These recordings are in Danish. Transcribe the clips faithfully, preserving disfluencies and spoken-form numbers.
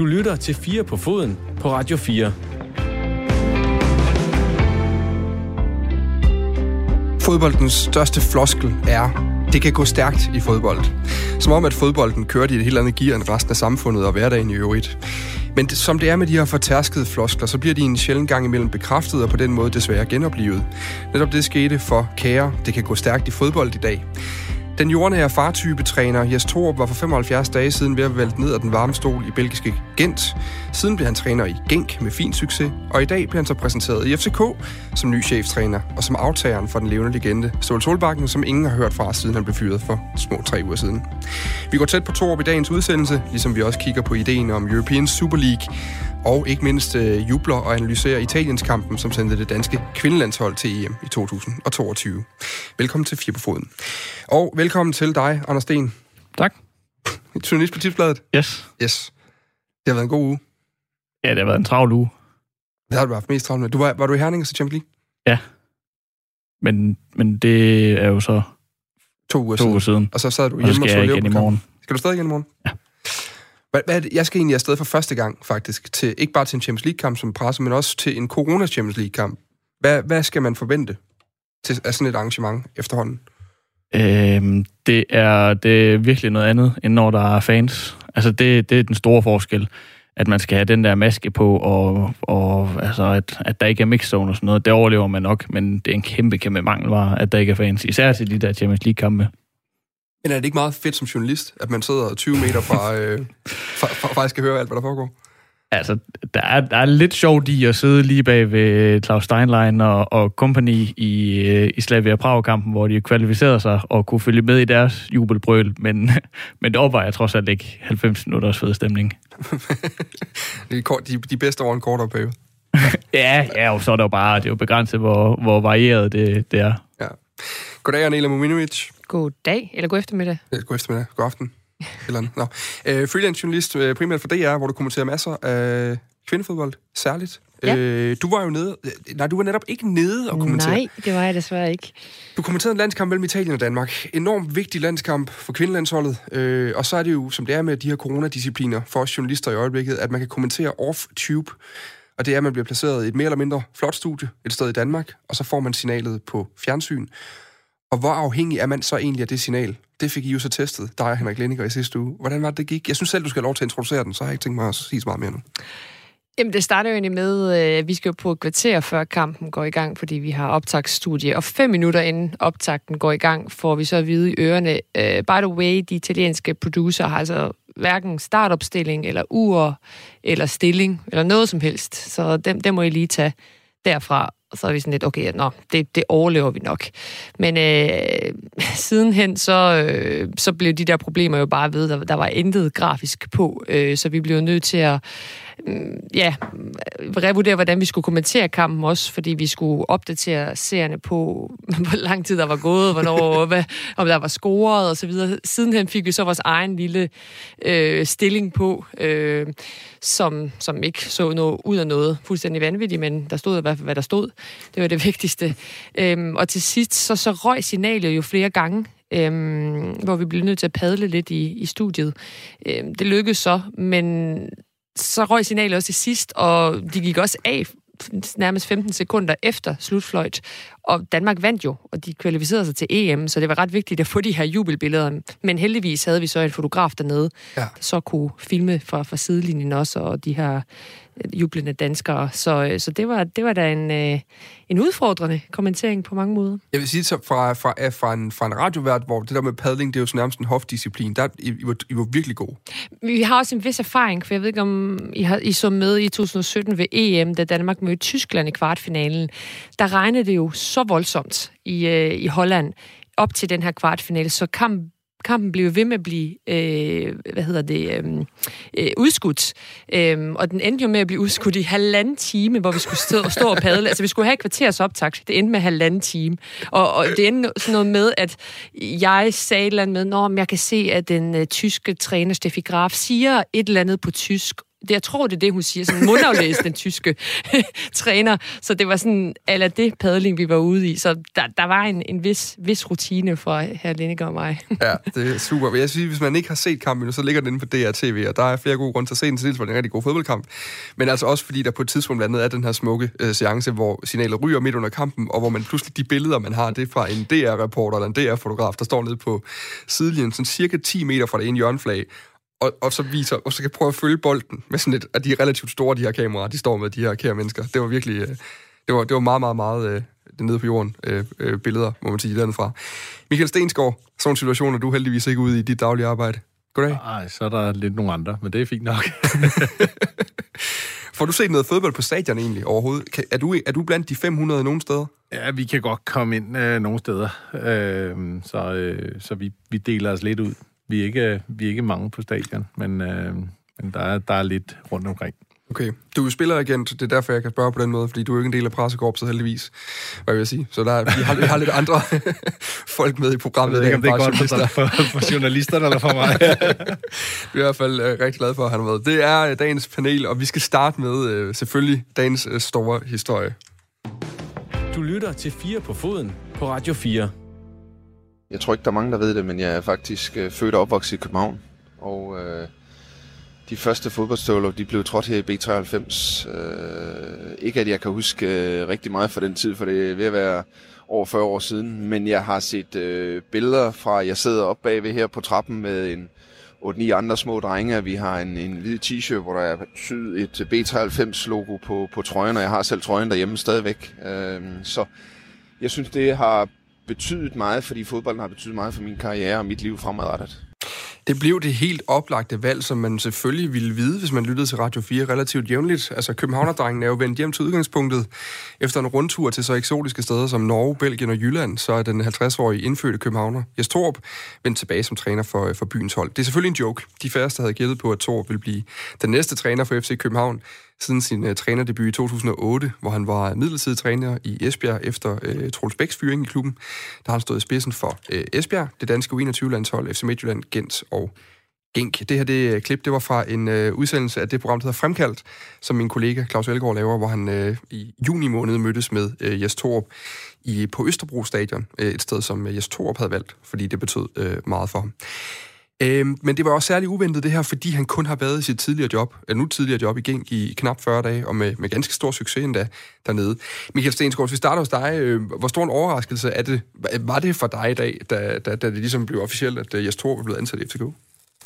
Du lytter til fire på foden på Radio fire. Fodboldens største floskel er, det kan gå stærkt i fodbold. Som om, at fodbolden kørte i et helt andet gear end resten af samfundet og hverdagen i øvrigt. Men det, som det er med de her fortærskede floskler, så bliver de en sjælden gang imellem bekræftet og på den måde desværre genoplivet. Netop det skete for Kære, det kan gå stærkt i fodbold i dag. Den jordnære fartypetræner Jes Torup var for femoghalvfjerds dage siden ved at vælte ned af den varme stol i belgiske Gent. Siden blev han træner i Genk med fin succes, og i dag blev han så præsenteret i F C K som ny cheftræner og som aftageren for den levende legende Ståle Solbakken, som ingen har hørt fra, siden han blev fyret for små tre uger siden. Vi går tæt på Torup i dagens udsendelse, ligesom vi også kigger på ideen om European Super League, og ikke mindst øh, jubler og analyserer Italiens kampen, som sendte det danske kvindelandshold til E M i to tusind og toogtyve. Velkommen til Fire på Foden. Og velkommen til dig, Anders Sten. Tak. Journalist på Tipsbladet. Yes. Yes. Det har været en god uge. Ja, det har været en travl uge. Det har du haft mest travlt med. Du var, var du i Herning til Champions League? Ja. Men, men det er jo så to uger, to uger siden. siden. Og så sad du hjemme og så skal jeg igen i morgen. Skal du stadig igen i morgen? Ja. Hvad, hvad, jeg skal egentlig afsted for første gang, faktisk. Til, ikke bare til en Champions League-kamp som presse, men også til en Corona-Champions League-kamp. Hvad, hvad skal man forvente til, af sådan et arrangement efterhånden? Øhm, det, er, det er virkelig noget andet, end når der er fans. Altså, det, det er den store forskel. At man skal have den der maske på, og, og altså, at, at der ikke er mixzone og sådan noget. Det overlever man nok, men det er en kæmpe, kæmpe mangelvare, at der ikke er fans. Især til de der Champions League-kampe. Men er det ikke meget fedt som journalist, at man sidder tyve meter fra, øh, fra, fra faktisk skal høre alt, hvad der foregår? Altså, der er, der er lidt sjovt i at sidde lige bag ved Klaus Steinlein og, og company i, i Slavia Prag-kampen, hvor de kvalificerede sig og kunne følge med i deres jubelbrøl, men, men det opvejer trods alt ikke halvfems minutters fed stemning. de, de, de bedste over en kortere periode. ja, ja, og så er det jo bare, det er jo begrænset, hvor, hvor varieret det, det er. Ja. Goddag, Anela Muminovic. God dag, eller god eftermiddag. Ja, god eftermiddag, god aften. Eller Nå. Øh, freelance journalist, øh, primært for D R, hvor du kommenterer masser af kvindefodbold, særligt. Ja. Øh, du var jo nede, nej, du var netop ikke nede og kommentere. Nej, det var jeg desværre ikke. Du kommenterede en landskamp mellem Italien og Danmark. Enormt vigtig landskamp for kvindelandsholdet. Øh, og så er det jo, som det er med de her coronadiscipliner for os journalister i øjeblikket, at man kan kommentere off-tube. Og det er, at man bliver placeret i et mere eller mindre flot studie et sted i Danmark, og så får man signalet på fjernsyn. Og hvor afhængig er man så egentlig af det signal? Det fik I jo så testet, dig og Henrik Lenniger i sidste uge. Hvordan var det, det gik? Jeg synes selv, du skal have lov til at introducere den, så har jeg ikke tænkt mig at sige så meget mere nu. Jamen, det starter jo egentlig med, at vi skal jo på et kvarter før kampen går i gang, fordi vi har optagsstudie. Og fem minutter inden optagten går i gang, får vi så at vide i ørerne. Uh, by the way, de italienske producer har altså hverken startopstilling, eller ur, eller stilling, eller noget som helst. Så dem, dem må I lige tage derfra. Og så er vi sådan lidt, okay, nå, det, det overlever vi nok. Men øh, sidenhen, så, øh, så blev de der problemer jo bare ved, der, der var intet grafisk på, øh, så vi blev nødt til at øh, ja, revurdere, hvordan vi skulle kommentere kampen også, fordi vi skulle opdatere seerne på, hvor lang tid der var gået, hvornår, hvad, om der var scoret og så videre. Sidenhen fik vi så vores egen lille øh, stilling på, øh, som, som ikke så noget ud af noget fuldstændig vanvittigt, men der stod i hvert fald, hvad der stod. Det var det vigtigste. Øhm, og til sidst, så, så røg signalet jo flere gange, øhm, hvor vi blev nødt til at padle lidt i, i studiet. Øhm, det lykkedes så, men så røg signalet også til sidst, og de gik også af nærmest femten sekunder efter slutfløjt. Og Danmark vandt jo, og de kvalificerede sig til E M, så det var ret vigtigt at få de her jubelbilleder. Men heldigvis havde vi så en fotograf dernede, ja, der så kunne filme fra, fra sidelinjen også, og de her jublende danskere. Så, så det var, det var da en, en udfordrende kommentering på mange måder. Jeg vil sige, så fra, fra, fra, en, fra en radiovært, hvor det der med padling, det er jo så nærmest en hofdisciplin, der I, I, var, I var virkelig gode. Vi har også en vis erfaring, for jeg ved ikke, om I, har, I så med i to tusind og sytten ved E M, da Danmark mødte Tyskland i kvartfinalen. Der regnede det jo så voldsomt i, øh, i Holland op til den her kvartfinale, så kamp Kampen blev ved med at blive øh, hvad hedder det, øh, udskudt. Øh, og den endte jo med at blive udskudt i halvanden time, hvor vi skulle stå, stå og padle. Altså, vi skulle have et kvarters optakt. Det endte med halvanden time. Og, og det endte sådan noget med, at jeg sagde et eller andet med, at jeg kan se, at den øh, tyske træner, Steffi Graf, siger et eller andet på tysk, det, jeg tror, det er det, hun siger, sådan mundaflæst den tyske træner. Så det var sådan, eller det padling, vi var ude i. Så der, der var en, en vis, vis rutine for hr. Lineker og mig. Ja, det er super. Men jeg synes, hvis man ikke har set kampen, så ligger den inde på D R T V, og der er flere gode grunde til at se den, til dels var det en rigtig god fodboldkamp. Men altså også fordi der på et tidspunkt blandt andet er den her smukke øh, seance, hvor signalet ryger midt under kampen, og hvor man pludselig de billeder, man har, det er fra en D R-reporter eller en D R-fotograf, der står nede på sidelinjen, sådan cirka ti meter fra det ene hjørneflag, og, og så viser, og så kan prøve at følge bolden med sådan et, at de er relativt store, de her kameraer, de står med, de her kære mennesker. Det var virkelig, øh, det var, det var meget, meget, meget øh, nede på jorden øh, øh, billeder, må man sige, dernedefra. Michael Stensgaard, sådan situationer, du er heldigvis ikke ude i dit daglige arbejde. Goddag. Nej, så er der lidt nogle andre, men det er fint nok. Får du set noget fodbold på stadion egentlig overhovedet? Kan, er, du, er du blandt de fem hundrede nogen steder? Ja, vi kan godt komme ind øh, nogle steder, øh, så, øh, så vi, vi deler os lidt ud. Vi er ikke, vi er ikke mange på stadion, men, øh, men der, er, der er lidt rundt omkring. Okay. Du er jo spilleragent, det er derfor, jeg kan spørge på den måde, fordi du er jo ikke en del af pressekorpset heldigvis, hvad vil jeg sige. Så der, vi, har, vi har lidt andre folk med i programmet. Jeg ved ikke, om det er godt for, for, for journalisterne eller for mig. Vi er i hvert fald øh, rigtig glade for, at han har været. Det er øh, dagens panel, og vi skal starte med øh, selvfølgelig dagens øh, store historie. Du lytter til fire på foden på Radio fire. Jeg tror ikke, der er mange, der ved det, men jeg er faktisk øh, født og opvokset i København, og øh, de første fodboldstøvler, de blev trådt her i B treoghalvfems. Øh, ikke at jeg kan huske øh, rigtig meget fra den tid, for det er ved at være over fyrre år siden, men jeg har set øh, billeder fra, jeg sidder oppe bagved her på trappen med en otte ni andre små drenge. Vi har en, en hvid t-shirt, hvor der er syet et B treoghalvfems-logo på, på trøjen, og jeg har selv trøjen derhjemme stadigvæk. Øh, så jeg synes, det har betydet meget, fordi fodbolden har betydet meget for min karriere og mit liv fremadrettet. Det blev det helt oplagte valg, som man selvfølgelig ville vide, hvis man lyttede til Radio fire relativt jævnligt. Altså, københavnerdrengen er jo vendt hjem til udgangspunktet. Efter en rundtur til så eksotiske steder som Norge, Belgien og Jylland, så er den halvtreds-årige indfødte københavner Jes Torup vendt tilbage som træner for, for byens hold. Det er selvfølgelig en joke. De færreste havde gættet på, at Torup ville blive den næste træner for F C København siden sin uh, trænerdebut i to tusind og otte, hvor han var midlertidig træner i Esbjerg efter uh, Troels Bæks fyring i klubben. Der har han stået i spidsen for uh, Esbjerg, det danske U enogtyve-landshold, F C Midtjylland, Gent og Genk. Det her det, klip, det var fra en uh, udsendelse af det program, der hedder Fremkaldt, som min kollega Claus Elgaard laver, hvor han uh, i juni måned mødtes med uh, Jes Torup i, på Østerbro Stadion, uh, et sted, som uh, Jes Torup havde valgt, fordi det betød uh, meget for ham. Øhm, men det var også særligt uventet det her, fordi han kun har været i sit tidligere job, eller nu tidligere job i Genk i knap fyrre dage, og med, med ganske stor succes endda dernede. Michael Stensgaard, hvis vi starter hos dig, øh, hvor stor en overraskelse er det, var det for dig i dag, da, da, da det ligesom blev officielt, at uh, Jes Torup er blevet ansat i F C K?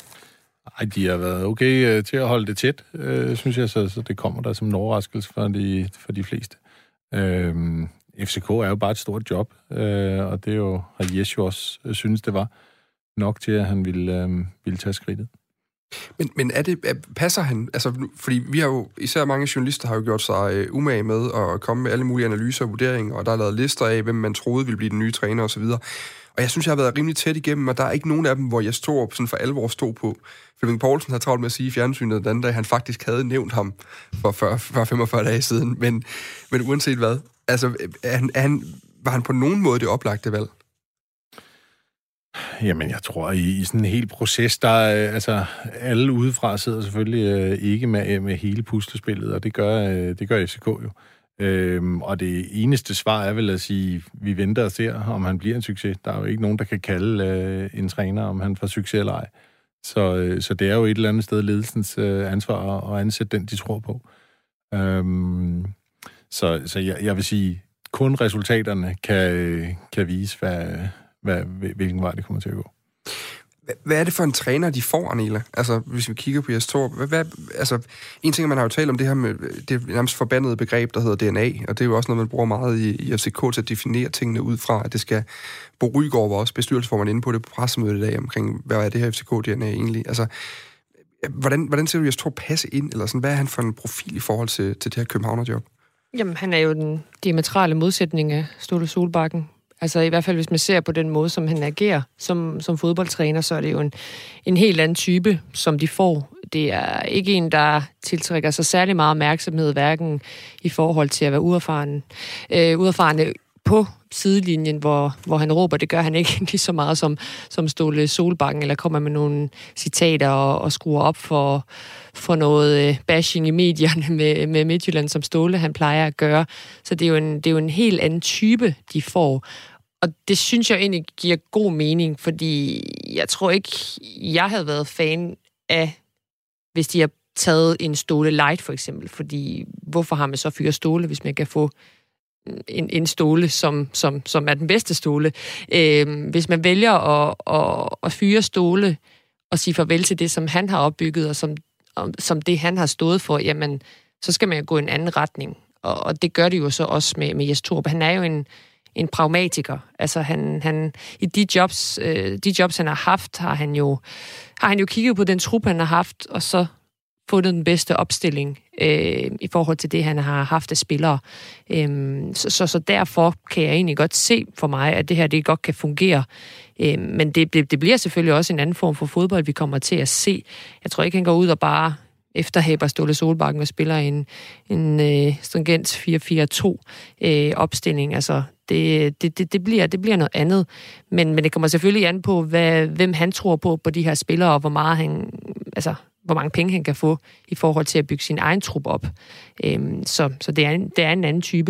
Ej, de har været okay uh, til at holde det tæt, uh, synes jeg, så, så det kommer der som en overraskelse for de, for de fleste. Uh, F C K er jo bare et stort job, uh, og det er jo, har Jes jo også uh, synes, det var nok til, at han ville, øh, ville tage skridtet. Men, men er det, er, passer han? Altså, fordi vi har jo, især mange journalister har jo gjort sig øh, umage med at komme med alle mulige analyser og vurderinger, og der er lavet lister af, hvem man troede ville blive den nye træner osv. Og jeg synes, jeg har været rimelig tæt igennem, og der er ikke nogen af dem, hvor jeg står sådan for alvor stod på. Flemming Poulsen har travlt med at sige i fjernsynet den anden dag, han faktisk havde nævnt ham for fyrre femogfyrre dage siden. Men, men uanset hvad, altså, er han, er han, var han på nogen måde det oplagte valg? Jamen, jeg tror, i, i sådan en hel proces, der er, altså, alle udefra sidder selvfølgelig øh, ikke med, med hele puslespillet, og det gør, øh, det gør F C K jo. Øhm, og det eneste svar er vel at sige, vi venter og ser, om han bliver en succes. Der er jo ikke nogen, der kan kalde øh, en træner, om han får succes eller ej. Så, øh, så det er jo et eller andet sted ledelsens øh, ansvar at, at ansætte den, de tror på. Øhm, så så jeg, jeg vil sige, kun resultaterne kan, kan vise, hvad... Hvad, hvilken vej det kommer til at gå. Hvad er det for en træner, de får, Anela? Altså, hvis vi kigger på Jes Torup. Hvad, hvad, altså, en ting, man har jo talt om det her med det nærmest forbandede begreb, der hedder D N A, og det er jo også noget, man bruger meget i, i F C K til at definere tingene ud fra, at det skal... Bo Rygaard var også bestyrelsesformand inde på det på pressemødet i dag, omkring, hvad er det her F C K-D N A egentlig? Altså, hvordan, hvordan ser du Jes Torup passe ind, eller sådan, hvad er han for en profil i forhold til, til det her københavnerjob? Jamen, han er jo den diametrale modsætning af Ståle Solbakken. Altså i hvert fald, hvis man ser på den måde, som han agerer som, som fodboldtræner, så er det jo en, en helt anden type, som de får. Det er ikke en, der tiltrækker sig særlig meget opmærksomhed, hverken i forhold til at være uerfaren, øh, uerfarne på sidelinjen, hvor, hvor han råber. Det gør han ikke lige så meget som, som Ståle Solbakken, eller kommer med nogle citater og, og skruer op for, for noget øh, bashing i medierne med, med Midtjylland, som Ståle han plejer at gøre. Så det er, jo en, det er jo en helt anden type, de får. Og det synes jeg egentlig giver god mening, fordi jeg tror ikke, jeg havde været fan af, hvis de har taget en Ståle Light for eksempel, fordi hvorfor har man så fyret Ståle, hvis man kan få en, en Ståle, som, som, som er den bedste Ståle. Øh, hvis man vælger at, at, at fyre Ståle og sige farvel til det, som han har opbygget, og som, som det, han har stået for, jamen, så skal man jo gå i en anden retning. Og, og det gør det jo så også med, med Jes Torup. Han er jo en, en pragmatiker. Altså, han, han, i de jobs, øh, de jobs, han har haft, har han, jo, har han jo kigget på den trup, han har haft, og så fundet den bedste opstilling øh, i forhold til det, han har haft af spillere. Øh, så, så, så derfor kan jeg egentlig godt se for mig, at det her det godt kan fungere. Øh, men det, det, det bliver selvfølgelig også en anden form for fodbold, vi kommer til at se. Jeg tror ikke, han går ud og bare efterhæber Ståle Solbakken og spiller en, en øh, stringent fire fire to øh, opstilling. Altså, det, det, det, det, bliver, det bliver noget andet. Men, men det kommer selvfølgelig an på, hvad, hvem han tror på på de her spillere, og hvor meget han... Altså, hvor mange penge han kan få i forhold til at bygge sin egen trup op. Øhm, så så det, er en, det er en anden type.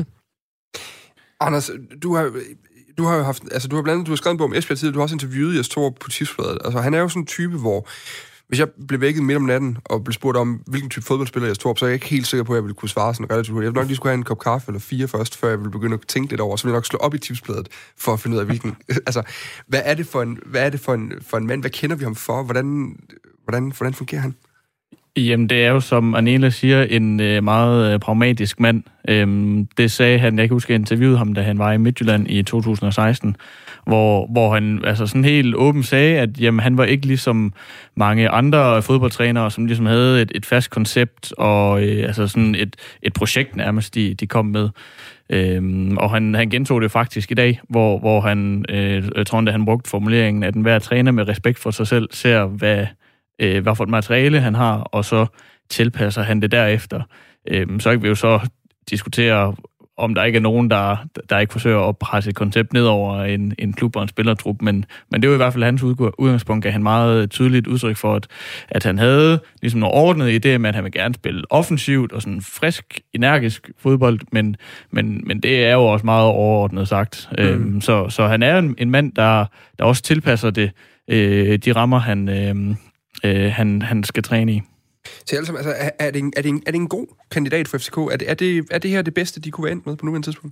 Anders, du har, du har jo haft, altså du har blandt andet, du har skrevet en bog om Esbjerg tid, du har også interviewet Jes Torup på Tipsbladet. Altså han er jo sådan en type, hvor hvis jeg blev vækket midt om natten og blev spurgt om, hvilken type fodboldspiller Jes Torup, så er jeg ikke helt sikker på, at jeg ville kunne svare sådan relativt hurtigt. Jeg ville nok lige skulle have en kop kaffe eller fire først, før jeg ville begynde at tænke lidt over, så ville jeg nok slå op i Tipsbladet for at finde ud af, hvilken... altså, hvad er det for en, hvad er det for en, for en mand? Hvad kender vi ham for? Hvordan, hvordan, hvordan fungerer han? Jamen, det er jo, som Anela siger, en øh, meget øh, pragmatisk mand. Øhm, det sagde han, jeg kan huske, jeg interviewede ham, da han var i Midtjylland i to tusind og seksten, hvor, hvor han altså sådan helt åbent sagde, at jamen, han var ikke ligesom mange andre fodboldtrænere, som ligesom havde et, et fast koncept og øh, altså sådan et, et projekt nærmest, de, de kom med. Øhm, og han, han gentog det faktisk i dag, hvor, hvor han, øh, jeg tror, da han brugte formuleringen, at enhver træner med respekt for sig selv ser, hvad Øh, hvad for et materiale han har, og så tilpasser han det derefter. Øh, så kan vi jo så diskutere, om der ikke er nogen, der, der ikke forsøger at presse et koncept ned over en, en klub og en spillertrup, men, men det er jo i hvert fald hans udgangspunkt, at han meget tydeligt udtryk for, at, at han havde ligesom nogle ordnede idéer med, at han vil gerne spille offensivt og sådan frisk, energisk fodbold, men, men, men det er jo også meget overordnet sagt. Mm. Øh, så, så han er en, en mand, der, der også tilpasser det, øh, de rammer, han... Øh, Øh, han, han skal træne i. Så altså, altså, er, er, det en, er, det en, er det en god kandidat for F C K? Er det, er, det, er det her det bedste, de kunne være endt med på nuværende tidspunkt?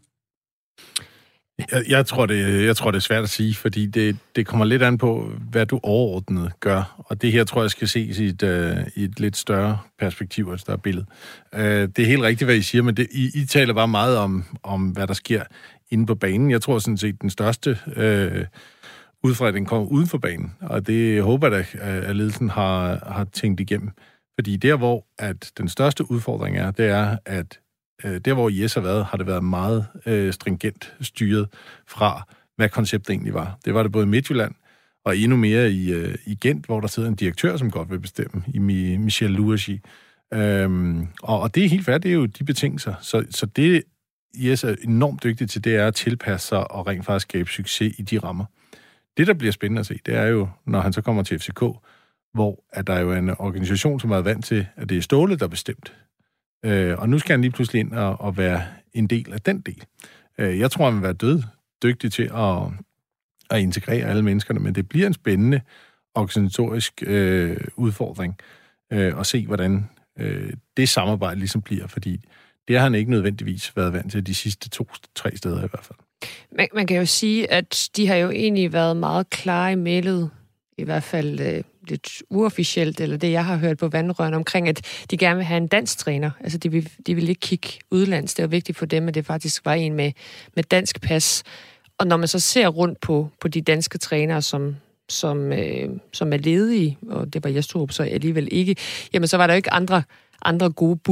Jeg, jeg, tror, det, jeg tror, det er svært at sige, fordi det, det kommer lidt an på, hvad du overordnet gør. Og det her, tror jeg, skal ses i et, uh, i et lidt større perspektiv, et større billede. Uh, det er helt rigtigt, hvad I siger, men det, I, I taler bare meget om, om, hvad der sker inde på banen. Jeg tror sådan set, den største... Uh, udfordringen kommer uden for banen, og det håber jeg, at ledelsen har, har tænkt igennem. Fordi der, hvor at den største udfordring er, det er, at øh, der, hvor Jes har været, har det været meget øh, stringent styret fra, hvad konceptet egentlig var. Det var det både i Midtjylland, og endnu mere i, øh, i Gent, hvor der sidder en direktør, som godt vil bestemme, i Michel Louagie. Øhm, og, og det er helt færdigt, det er jo de betingelser. Så, så det, Jes er enormt dygtig til, det er at tilpasse sig og rent faktisk skabe succes i de rammer. Det, der bliver spændende at se, det er jo, når han så kommer til F C K, hvor at der er jo en organisation, som er vant til, at det er Ståle, der er bestemt. Øh, og nu skal han lige pludselig ind og, og være en del af den del. Øh, jeg tror, han vil være død dygtig til at, at integrere alle menneskerne, men det bliver en spændende organisatorisk øh, udfordring øh, at se, hvordan øh, det samarbejde ligesom bliver, fordi det har han ikke nødvendigvis været vant til de sidste to-tre steder i hvert fald. Man, man kan jo sige, at de har jo egentlig været meget klare i mailet, i hvert fald øh, lidt uofficielt, eller det, jeg har hørt på vandrørene omkring, at de gerne vil have en dansk træner. Altså, de vil, de vil ikke kigge udlands. Det er vigtigt for dem, at det faktisk var en med, med dansk pas. Og når man så ser rundt på, på de danske trænere, som, som, øh, som er ledige, og det var Jes Torup så alligevel ikke, jamen så var der jo ikke andre, andre gode bud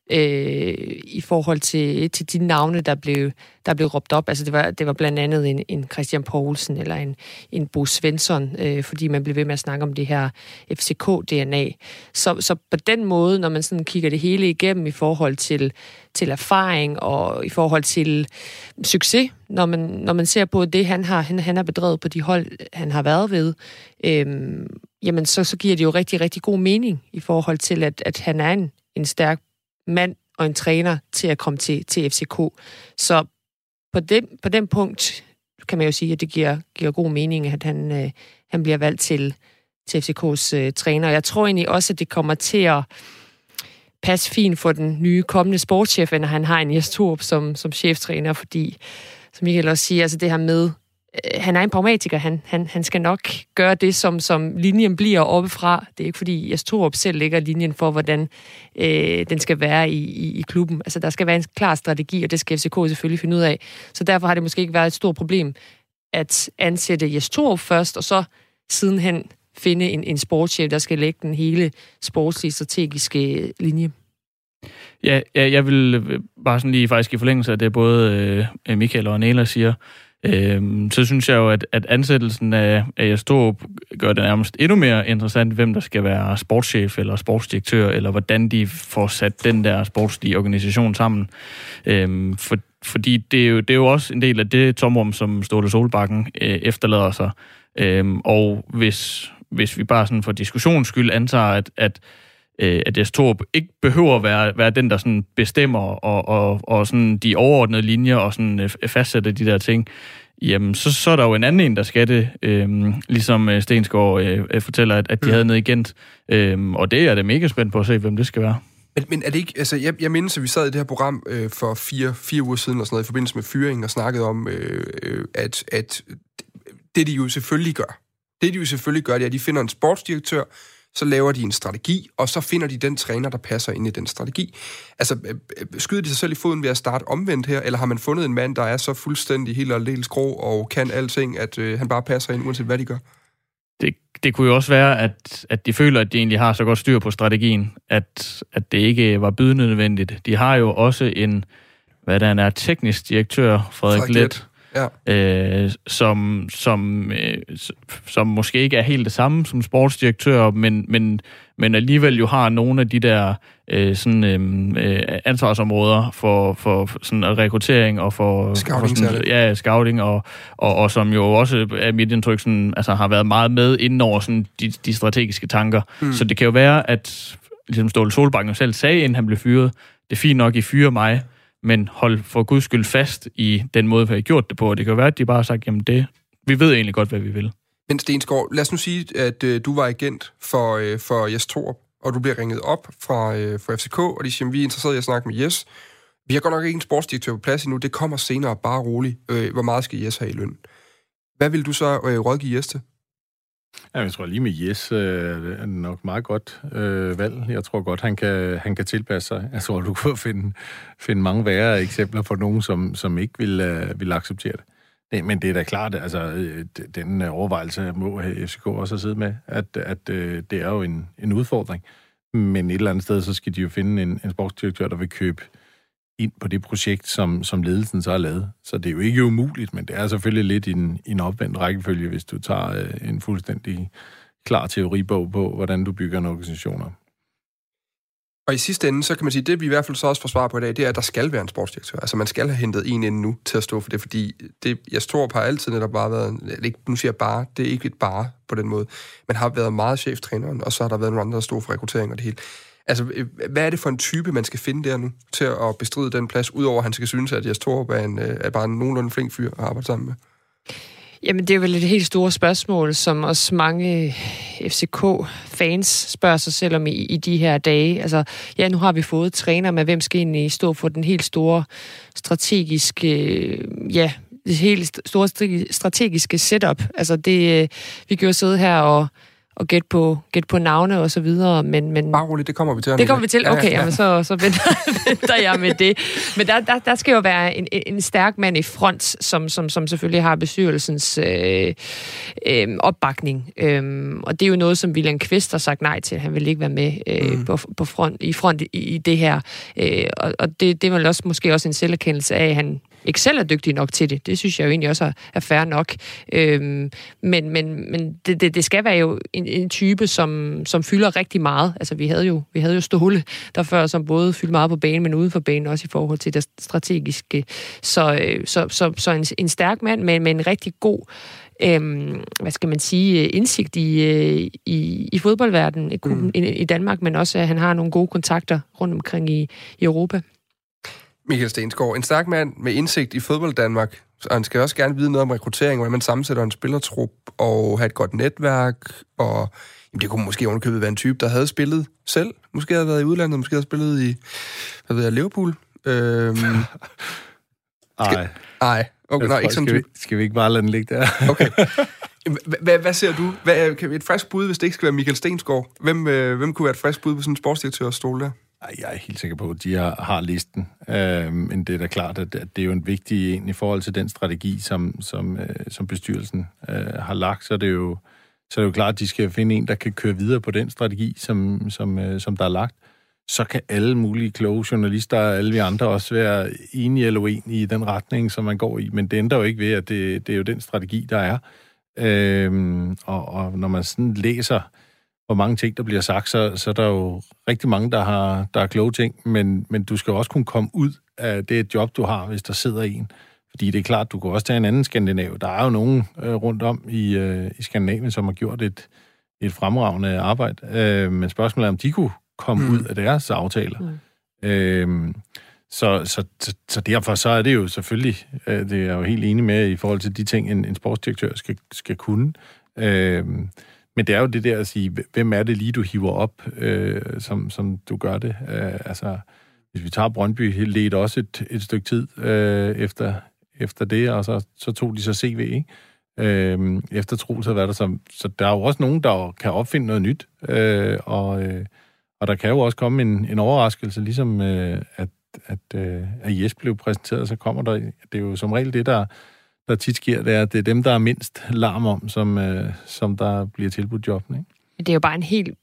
øh, i forhold til, til de navne, der blev, der blev råbt op. Altså det var, det var blandt andet en, en Christian Poulsen eller en, en Bo Svensson, øh, fordi man blev ved med at snakke om det her F C K-D N A. Så, så på den måde, når man sådan kigger det hele igennem i forhold til, til erfaring og i forhold til succes, når man, når man ser på det, han har, han, han har bedrevet på de hold, han har været ved, øh, jamen så, så giver det jo rigtig, rigtig god mening i forhold til, at, at han er en, en stærk mand og en træner til at komme til, til F C K. Så på den, på den punkt kan man jo sige, at det giver, giver god mening, at han, øh, han bliver valgt til, til F C K's øh, træner. Jeg tror egentlig også, at det kommer til at passe fint for den nye kommende sportschef, når han har en Jes Torup som, som cheftræner, fordi, som Michael også siger, altså det her med, han er en pragmatiker. Han, han, han skal nok gøre det, som, som linjen bliver oppefra. Det er ikke, fordi Jes Torup selv lægger linjen for, hvordan øh, den skal være i, i, i klubben. Altså, der skal være en klar strategi, og det skal F C K selvfølgelig finde ud af. Så derfor har det måske ikke været et stort problem at ansætte Jes Torup først, og så sidenhen finde en, en sportschef, der skal lægge den hele sportslige strategiske linje. Ja, jeg vil bare sådan lige faktisk i forlængelse af det, både øh, Michael og Nela siger, Øhm, så synes jeg jo, at, at ansættelsen af, af Jes Torup gør det nærmest endnu mere interessant, hvem der skal være sportschef eller sportsdirektør, eller hvordan de får sat den der sportslige organisation sammen. Øhm, for, fordi det er, jo, det er jo også en del af det tomrum, som Ståle Solbakken øh, efterlader sig. Øhm, og hvis, hvis vi bare sådan for diskussions skyld antager, at, at at Jes Torup ikke behøver at være, være den, der sådan bestemmer og, og, og sådan de overordnede linjer og sådan fastsætter de der ting, jamen så, så er der jo en anden en, der skal det, øhm, ligesom Stensgaard øh, fortæller, at, at de mm. havde ned i Gent, øhm, og det er det mega spændt på at se, hvem det skal være. Men, men er det ikke, altså jeg, jeg mindes, at vi sad i det her program øh, for fire, fire uger siden og sådan noget, i forbindelse med fyringen og snakkede om, øh, at, at det de jo selvfølgelig gør, det de jo selvfølgelig gør, det er, at de finder en sportsdirektør, så laver de en strategi, og så finder de den træner, der passer ind i den strategi. Altså, skyder de sig selv i foden ved at starte omvendt her, eller har man fundet en mand, der er så fuldstændig helt og aldeles grå og kan alting, at øh, han bare passer ind, uanset hvad de gør? Det, det kunne jo også være, at, at de føler, at de egentlig har så godt styr på strategien, at, at det ikke var bydende nødvendigt. De har jo også en, hvad der er, teknisk direktør, Frederik, Frederik Leth, Ja. Øh, som, som, øh, som måske ikke er helt det samme som sportsdirektør, men, men, men alligevel jo har nogle af de der øh, sådan, øh, ansvarsområder for, for sådan rekruttering og for scouting, for sådan, ja, scouting og, og, og som jo også er mit indtryk sådan, altså, har været meget med inden over sådan, de, de strategiske tanker. Mm. Så det kan jo være, at ligesom Ståle Solbakken jo selv sagde, inden han blev fyret, det er fint nok, I fyrer mig, men hold for guds skyld fast i den måde, vi har gjort det på. Og det kan jo være, at de bare har sagt, jamen det, vi ved egentlig godt, hvad vi vil. Men Stensgaard, lad os nu sige, at øh, du var agent for, øh, for Jes Torup, og du bliver ringet op fra, øh, fra F C K, og de siger, vi er interesseret i at snakke med Jes. Vi har godt nok ikke en sportsdirektør på plads endnu, det kommer senere, bare roligt. Øh, hvor meget skal Jes have i løn? Hvad vil du så øh, rådgive Jes til? Ja, jeg tror lige med Jes øh, er nok meget godt øh, valg. Jeg tror godt, han kan, han kan tilpasse sig. Jeg tror, du kunne finde, finde mange værre eksempler på nogen, som, som ikke vil, øh, vil acceptere det. det. Men det er da klart, altså øh, den overvejelse må F C K også sidde med, at, at øh, det er jo en, en udfordring. Men et eller andet sted, så skal de jo finde en, en sportsdirektør, der vil købe ind på det projekt, som, som ledelsen så har lavet. Så det er jo ikke umuligt, men det er selvfølgelig lidt en, en opvendt rækkefølge, hvis du tager øh, en fuldstændig klar teoribog på, hvordan du bygger en organisation op. Og i sidste ende, så kan man sige, det vi i hvert fald så også får svar på i dag, det er, at der skal være en sportsdirektør. Altså man skal have hentet en ind nu til at stå for det, fordi det, Jes Torup har altid netop bare været, ikke, nu siger jeg bare, det er ikke et bare på den måde, men har været meget cheftræneren, og så har der været nogle andre, der stod for rekruttering og det hele. Altså, hvad er det for en type, man skal finde der nu, til at bestride den plads, udover at han skal synes, at Jes Torup er, en, er bare en nogenlunde flink fyr at arbejde sammen med? Jamen, det er vel et helt stort spørgsmål, som også mange F C K-fans spørger sig selv om i, i de her dage. Altså, ja, nu har vi fået træner, men hvem skal egentlig stå for den helt store strategiske, ja, det helt store strategiske setup? Altså, det, vi kan jo sidde her og at gætte på, gætte på navne og så videre, men... men bare roligt, det kommer vi til. Det kommer vi til? Okay, ja, ja. Jamen, så, så venter, venter jeg med det. Men der, der, der skal jo være en, en stærk mand i front, som, som, som selvfølgelig har bestyrelsens øh, øh, opbakning. Øhm, og det er jo noget, som William Kvist har sagt nej til. Han vil ikke være med øh, mm. på, på front, i front i, i det her. Øh, og og det, det er vel også, måske også en selverkendelse af, at han ikke selv er dygtig nok til det. Det synes jeg jo egentlig også er fair nok. Øhm, men men, men det, det, det skal være jo en, en type, som, som fylder rigtig meget. Altså, vi havde jo, vi havde jo Ståle der før, som både fyldte meget på banen, men uden for banen også i forhold til det strategiske. Så, så, så, så en, en stærk mand med, med en rigtig god Øhm, hvad skal man sige, indsigt i, i, i fodboldverdenen, ikke kun mm. i, i Danmark, men også, at han har nogle gode kontakter rundt omkring i, i Europa. Michael Stensgaard, en stærk mand med indsigt i fodbold Danmark, og han skal også gerne vide noget om rekruttering, hvordan man sammensætter en spillertrup, og have et godt netværk, og jamen, det kunne måske ovenikøbet være en type, der havde spillet selv, måske havde været i udlandet, måske havde spillet i, hvad ved jeg, Liverpool. Øhm, Ej. Ej, okay, nej, ikke sådan skal, vi, skal vi ikke bare lade den ligge der? Okay. Hvad ser du? Hvad, kan vi et frisk bud, hvis det ikke skal være Michael Stensgaard? Hvem, øh, hvem kunne være et frisk bud på sådan en sportsdirektør at stole der? Jeg er helt sikker på, at de har, har listen. Øh, men det er da klart, at det er jo en vigtig en i forhold til den strategi, som, som, øh, som bestyrelsen øh, har lagt. Så er, det jo, så er det jo klart, at de skal finde en, der kan køre videre på den strategi, som, som, øh, som der er lagt. Så kan alle mulige kloge journalister og alle vi andre også være enige eller uenige i den retning, som man går i. Men det ændrer jo ikke ved, at det, det er jo den strategi, der er. Øh, og, og når man sådan læser hvor mange ting, der bliver sagt, så, så er der jo rigtig mange, der har der er kloge ting, men, men du skal også kunne komme ud af det job, du har, hvis der sidder en. Fordi det er klart, du kan også tage en anden skandinav. Der er jo nogen øh, rundt om i, øh, i Skandinavien, som har gjort et, et fremragende arbejde. Øh, men spørgsmålet er, om de kunne komme mm. ud af deres aftaler. Mm. Øh, så, så, så, så derfor så er det jo selvfølgelig, øh, det er jeg jo helt enig med i forhold til de ting, en, en sportsdirektør skal, skal kunne. Øh, Men det er jo det der at sige, hvem er det lige, du hiver op, øh, som, som du gør det? Øh, altså, hvis vi tager Brøndby, ledte også et, et stykke tid øh, efter, efter det, og så, så tog de så C V, ikke? Øh, efter Troels havde været der. Så, så der er jo også nogen, der kan opfinde noget nyt, øh, og, øh, og der kan jo også komme en, en overraskelse, ligesom øh, at, at, øh, at Jes blev præsenteret, så kommer der, det er jo som regel det, der der tit sker, det er, at det er dem, der er mindst larm om, som, øh, som der bliver tilbudt jobben, ikke? Det er jo bare en helt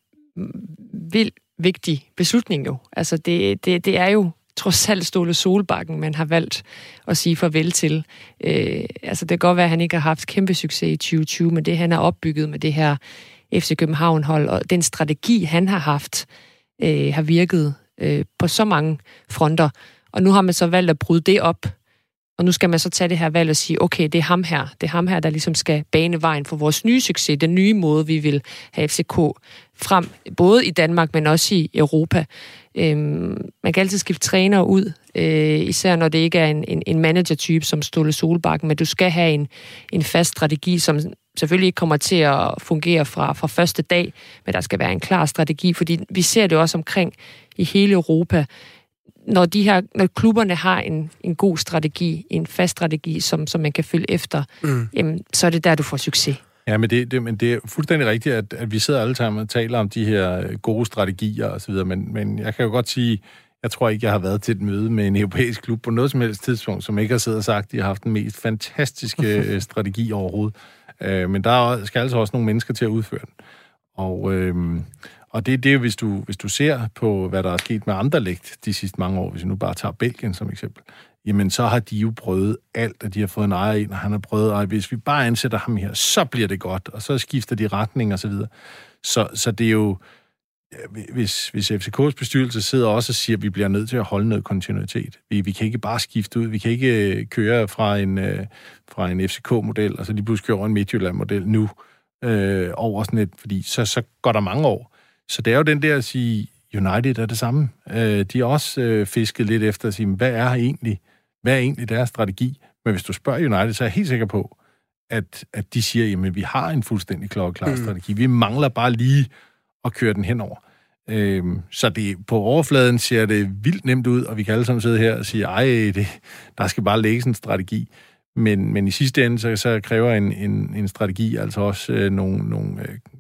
vild, vigtig beslutning jo. Altså, det, det, det er jo trods alt Ståle Solbakken, man har valgt at sige farvel til. Øh, altså, det kan godt være, at han ikke har haft kæmpe succes i tyve tyve, men det, han har opbygget med det her F C København-hold, og den strategi, han har haft, øh, har virket øh, på så mange fronter. Og nu har man så valgt at bryde det op. Og nu skal man så tage det her valg og sige, okay, det er ham her. Det er ham her, der ligesom skal bane vejen for vores nye succes, den nye måde, vi vil have F C K frem, både i Danmark, men også i Europa. Øhm, man kan altid skifte træner ud, øh, især når det ikke er en, en, en manager-type som Ståle Solbakken, men du skal have en, en fast strategi, som selvfølgelig ikke kommer til at fungere fra, fra første dag, men der skal være en klar strategi, fordi vi ser det også omkring i hele Europa. Når, de her, når klubberne har en, en god strategi, en fast strategi, som, som man kan følge efter, mm. jamen, så er det der, du får succes. Ja, men det, det, men det er fuldstændig rigtigt, at, at vi sidder alle sammen og taler om de her gode strategier og så videre, men, men jeg kan jo godt sige, jeg tror ikke, jeg har været til et møde med en europæisk klub på noget som helst tidspunkt, som ikke har siddet og sagt, at de har haft den mest fantastiske strategi overhovedet. Øh, men der skal altså også nogle mennesker til at udføre den. Og... Øh, Og det er det, hvis du, hvis du ser på, hvad der er sket med andre lægt de sidste mange år, hvis vi nu bare tager Belgien som eksempel, jamen så har de jo prøvet alt, at de har fået en ejer ind, og han har prøvet, at hvis vi bare ansætter ham her, så bliver det godt, og så skifter de retning og så videre. Så, så det er jo, hvis, hvis F C K's bestyrelse sidder også og siger, at vi bliver nødt til at holde noget kontinuitet. Vi, vi kan ikke bare skifte ud, vi kan ikke køre fra en, fra en F C K-model, og så lige pludselig køre over en Midtjylland-model nu, øh, over sådan et, fordi så, så går der mange år. Så det er jo den der at sige, United er det samme. Øh, de har også øh, fisket lidt efter at sige, hvad er egentlig, hvad er egentlig deres strategi? Men hvis du spørger United, så er jeg helt sikker på, at, at de siger, jamen vi har en fuldstændig klokkeklar mm. strategi. Vi mangler bare lige at køre den henover. Øh, så det, på overfladen ser det vildt nemt ud, og vi kan alle sammen sidde her og sige, ej, det, der skal bare lægges en strategi. Men, men i sidste ende, så, så kræver en, en, en strategi altså også øh, nogle, nogle øh,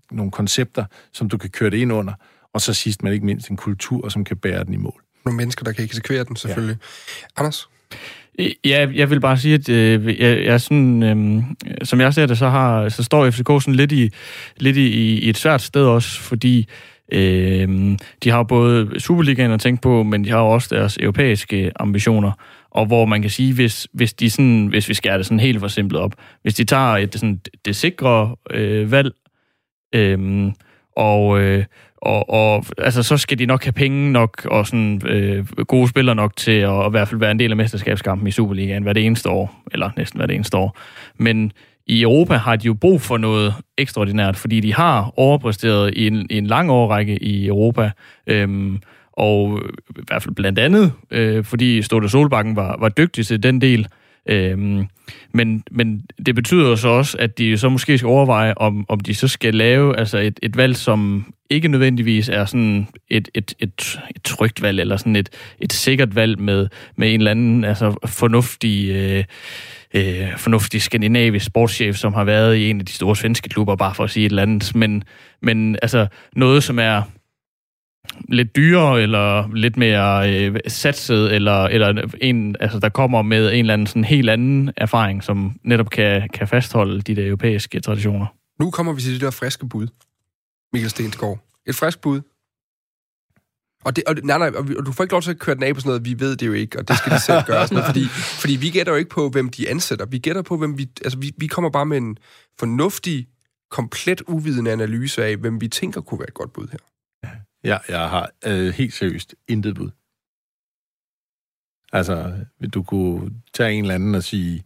nogle koncepter, som du kan køre det ind under, og så sidst men ikke mindst en kultur, som kan bære den i mål. Nogle mennesker, der kan eksekvere den, selvfølgelig. Ja. Anders? Ja, jeg vil bare sige, at øh, jeg, jeg er sådan, øh, som jeg ser det, så, har, så står F C K sådan lidt i, lidt i, i et svært sted også, fordi øh, de har både Superligaen at tænke på, men de har også deres europæiske ambitioner, og hvor man kan sige, hvis, hvis, de sådan, hvis vi skærer det sådan helt for simpelt op, hvis de tager et, sådan, det sikre øh, valg, øh, og... Øh, Og, og altså, så skal de nok have penge nok og sådan, øh, gode spillere nok til at, at i hvert fald være en del af mesterskabskampen i Superligaen hver det eneste år, eller næsten hver det eneste år. Men i Europa har de jo brug for noget ekstraordinært, fordi de har overpræsteret i en, i en lang årrække i Europa, øhm, og i hvert fald blandt andet, øh, fordi Ståle Solbakken var, var dygtig til den del. Øhm, men, men det betyder jo så også, at de så måske skal overveje, om, om de så skal lave altså et, et valg, som ikke nødvendigvis er sådan et, et, et, et trygt valg, eller sådan et, et sikkert valg med, med en eller anden altså fornuftig, øh, øh, fornuftig skandinavisk sportschef, som har været i en af de store svenske klubber, bare for at sige et eller andet. Men, men altså noget, som er lidt dyrere, eller lidt mere øh, satset, eller, eller en, altså, der kommer med en eller anden sådan helt anden erfaring, som netop kan, kan fastholde de der europæiske traditioner. Nu kommer vi til det der friske bud, Mikkel Stensgaard. Et frisk bud. Og, det, og, nej, nej, og du får ikke lov til at køre den af på sådan noget, vi ved det jo ikke, og det skal de selv gøre. Sådan noget, fordi, fordi vi gætter jo ikke på, hvem de ansætter. Vi gætter på, hvem vi... Altså, vi, vi kommer bare med en fornuftig, komplet uvidende analyse af, hvem vi tænker kunne være et godt bud her. Ja, jeg har øh, helt seriøst intet bud. Altså, du kunne tage en eller anden og sige,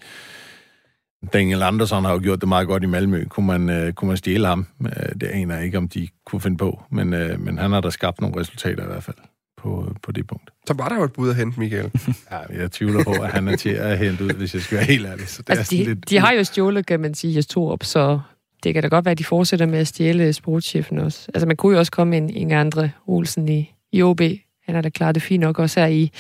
Daniel Andersson har jo gjort det meget godt i Malmø. Kunne man, øh, kunne man stjæle ham? Det aner jeg ikke, om de kunne finde på. Men, øh, men han har da skabt nogle resultater i hvert fald på, på det punkt. Så var der jo et bud at hente, Michael. Ja, jeg tvivler på, at han er til at hente ud, hvis jeg skal være helt ærlig. Så det altså, er de, lidt... de har jo stjålet, kan man sige, Jes Torup, så det kan da godt være, at de fortsætter med at stjæle sportschefen også. Altså, man kunne jo også komme en Inge Andre Olsen i, i O B. Han har da klaret det fint nok også her i,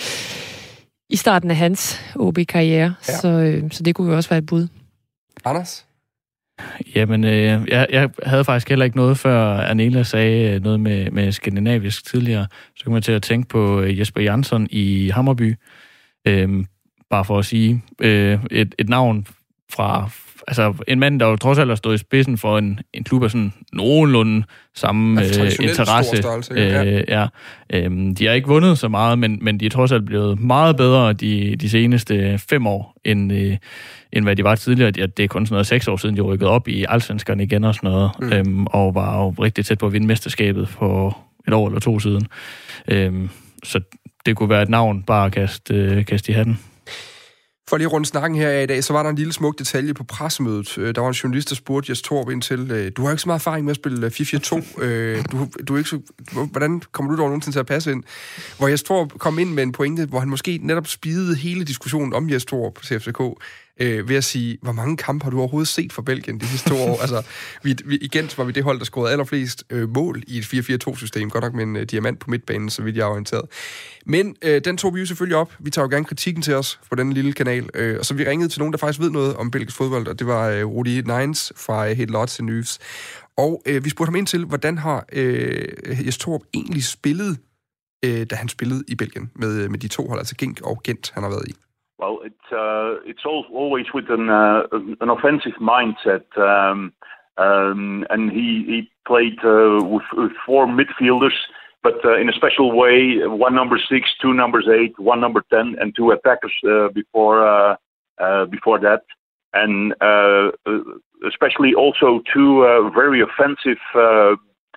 i starten af hans O B-karriere. Ja. Så, øh, så det kunne jo også være et bud. Anders? Jamen, øh, jeg, jeg havde faktisk heller ikke noget, før Anela sagde noget med, med skandinavisk tidligere. Så kom jeg til at tænke på Jesper Jansson i Hammarby. Øh, bare for at sige øh, et, et navn fra... Altså, en mand, der jo trods alt har stået i spidsen for en, en klub af sådan nogenlunde samme øh, interesse. Størrelse, ja. Øh, ja. Øhm, de har ikke vundet så meget, men, men de er trods alt blevet meget bedre de, de seneste fem år, end, øh, end hvad de var tidligere. Det er kun sådan noget seks år siden, de rykkede op i Allsvenskan igen og sådan noget, mm. øhm, og var jo rigtig tæt på at vinde mesterskabet for et år eller to siden. Øhm, så det kunne være et navn, bare at kaste, øh, kaste i hatten. For lige rundt snakken her i dag, så var der en lille smuk detalje på pressemødet. Der var en journalist, der spurgte Jes Torup ind til, du har ikke så meget erfaring med at spille fire fire to. Du, du er ikke så, hvordan kommer du dog nogensinde til at passe ind? Hvor Jes Torup kom ind med en pointe, hvor han måske netop spidede hele diskussionen om Jes Torup til F C K, øh, ved at sige, hvor mange kampe har du overhovedet set for Belgien de sidste to år? Altså, vi, vi, igen var vi det hold, der scorede allerflest øh, mål i et fire fire to-system, godt nok med en øh, diamant på midtbanen, så vidt jeg er orienteret. Men øh, den tog vi jo selvfølgelig op. Vi tager jo gerne kritikken til os på den lille kanal, øh, og så vi ringede til nogen, der faktisk ved noget om belgisk fodbold, og det var øh, Rudi Nines fra øh, Helt Lots News. Og øh, vi spurgte ham ind til, hvordan har øh, Jes Torup egentlig spillet, øh, da han spillede i Belgien med, med de to hold, altså Genk og Gent, han har været i. Well, it's uh, it's all, always with an uh, an offensive mindset, um, um, and he he played uh, with, with four midfielders, but uh, in a special way. One number six, two numbers eight, one number ten, and two attackers uh, before uh, uh, before that, and uh, especially also two uh, very offensive uh,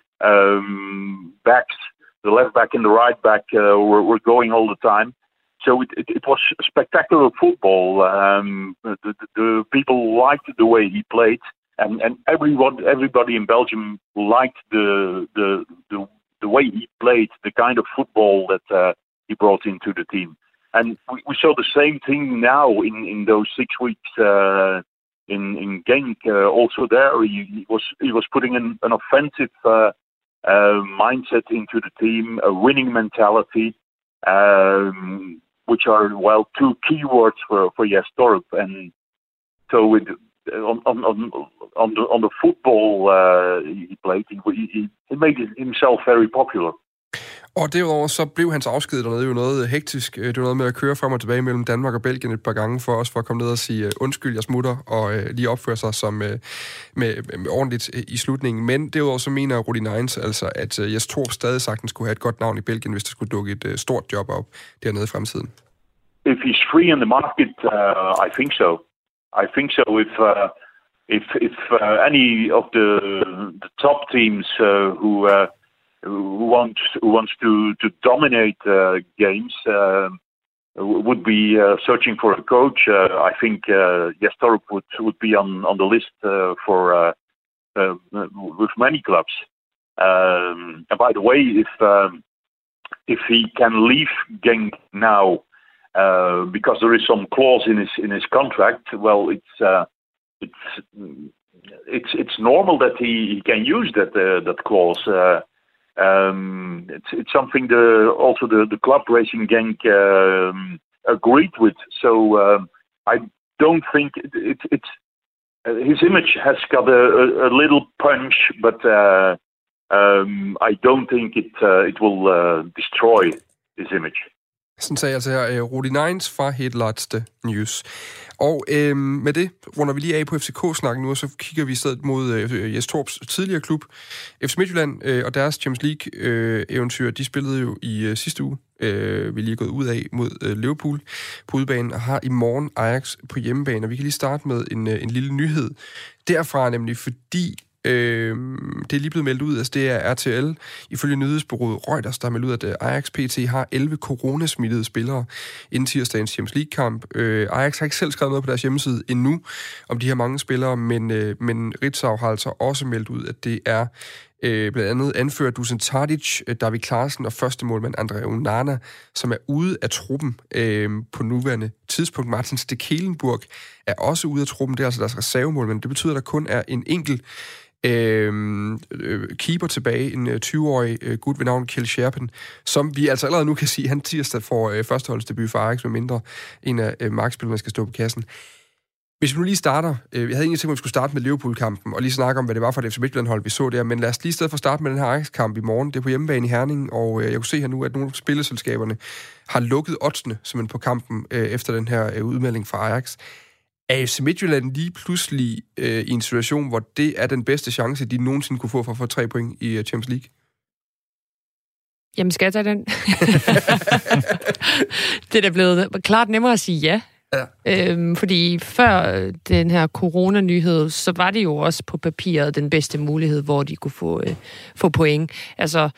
um, backs. The left back and the right back uh, were, were going all the time. So it, it, it was spectacular football. Um, the, the, the people liked the way he played, and, and everyone, everybody in Belgium liked the, the the the way he played, the kind of football that uh, he brought into the team. And we, we saw the same thing now in, in those six weeks uh, in in Genk. Uh, also there, he, he was he was putting an, an offensive uh, uh, mindset into the team, a winning mentality. Um, which are, well, two key words for, for Jes Torup. And so it, on on on on the on the football uh, he played, he, he he made himself very popular. Og derudover så blev hans afsked dernede jo noget hektisk. Det var noget med at køre frem og tilbage mellem Danmark og Belgien et par gange for os for at komme ned og sige undskyld, jeg smutter, og uh, lige opføre sig som uh, med, med ordentligt uh, i slutningen. Men derudover så mener Rudi Nijns altså, at uh, Jes Torp stadig sagtens skulle have et godt navn i Belgien, hvis der skulle dukke et uh, stort job op dernede i fremtiden. If he's free in the market, uh, I think so. I think so. If uh, if if uh, any of the the top teams uh, who uh, who wants who wants to to dominate uh, games uh, would be uh, searching for a coach, uh, I think uh, Jes Torp would would be on on the list uh, for uh, uh, with many clubs. Um, and by the way, if um, if he can leave Genk now, uh, because there is some clause in his in his contract, well, it's uh, it's it's it's normal that he, he can use that uh, that clause. Uh, Um, it's it's something the also the, the club Racing Genk um, agreed with. So um, I don't think it, it, it's uh, his image has got a, a, a little punch, but uh, um, I don't think it uh, it will uh, destroy his image. Sådan sagde altså her Rudi Nijns fra Hedladste News. Og øh, med det runder vi lige af på F C K-snakken nu, og så kigger vi i stedet mod øh, Jes Torps tidligere klub, F C Midtjylland, øh, og deres Champions League-eventyr. Øh, de spillede jo i øh, sidste uge, øh, vi er lige gået ud af mod øh, Liverpool på udebanen, og har i morgen Ajax på hjemmebane. Og vi kan lige starte med en, øh, en lille nyhed derfra, nemlig fordi Øh, det er lige blevet meldt ud, altså det er R T L, ifølge nyhedsbureauet Reuters, der har meldt ud, at Ajax P T har elleve coronasmittede spillere inden tirsdagens Champions League-kamp. Øh, Ajax har ikke selv skrevet noget på deres hjemmeside endnu om de her mange spillere, men, øh, men Ritzau har altså også meldt ud, at det er øh, blandt andet anfører Dusan Tadic, David Klaassen og første målmand Andre Onana, som er ude af truppen øh, på nuværende tidspunkt. Martin Stekelenburg er også ude af truppen, det er altså deres reservemålmand. Det betyder, at der kun er en enkelt Øhm, øh, keeper tilbage, en tyve-årig øh, gut ved navn Kjell Scherpen, som vi altså allerede nu kan sige, han tirsdag får øh, førsteholdsdebut for Ajax, med mindre en af øh, markspillerne skal stå på kassen. Hvis vi nu lige starter, øh, jeg havde egentlig tænkt, at vi skulle starte med Liverpool-kampen, og lige snakke om, hvad det var for et F C Midtjylland-hold, vi så der, men lad os lige i stedet for starte med den her Ajax-kamp i morgen. Det er på hjemmebane i Herning, og øh, jeg kunne se her nu, at nogle af spilleselskaberne har lukket oddsene simpelthen på kampen øh, efter den her øh, udmelding fra Ajax. Er F C Midtjylland lige pludselig øh, i en situation, hvor det er den bedste chance, de nogensinde kunne få for at få tre point i uh, Champions League? Jamen, skal jeg tage den? Det er da blevet klart nemmere at sige ja. Ja. Øhm, fordi før den her coronanyhed, så var det jo også på papiret den bedste mulighed, hvor de kunne få, øh, få point. Altså,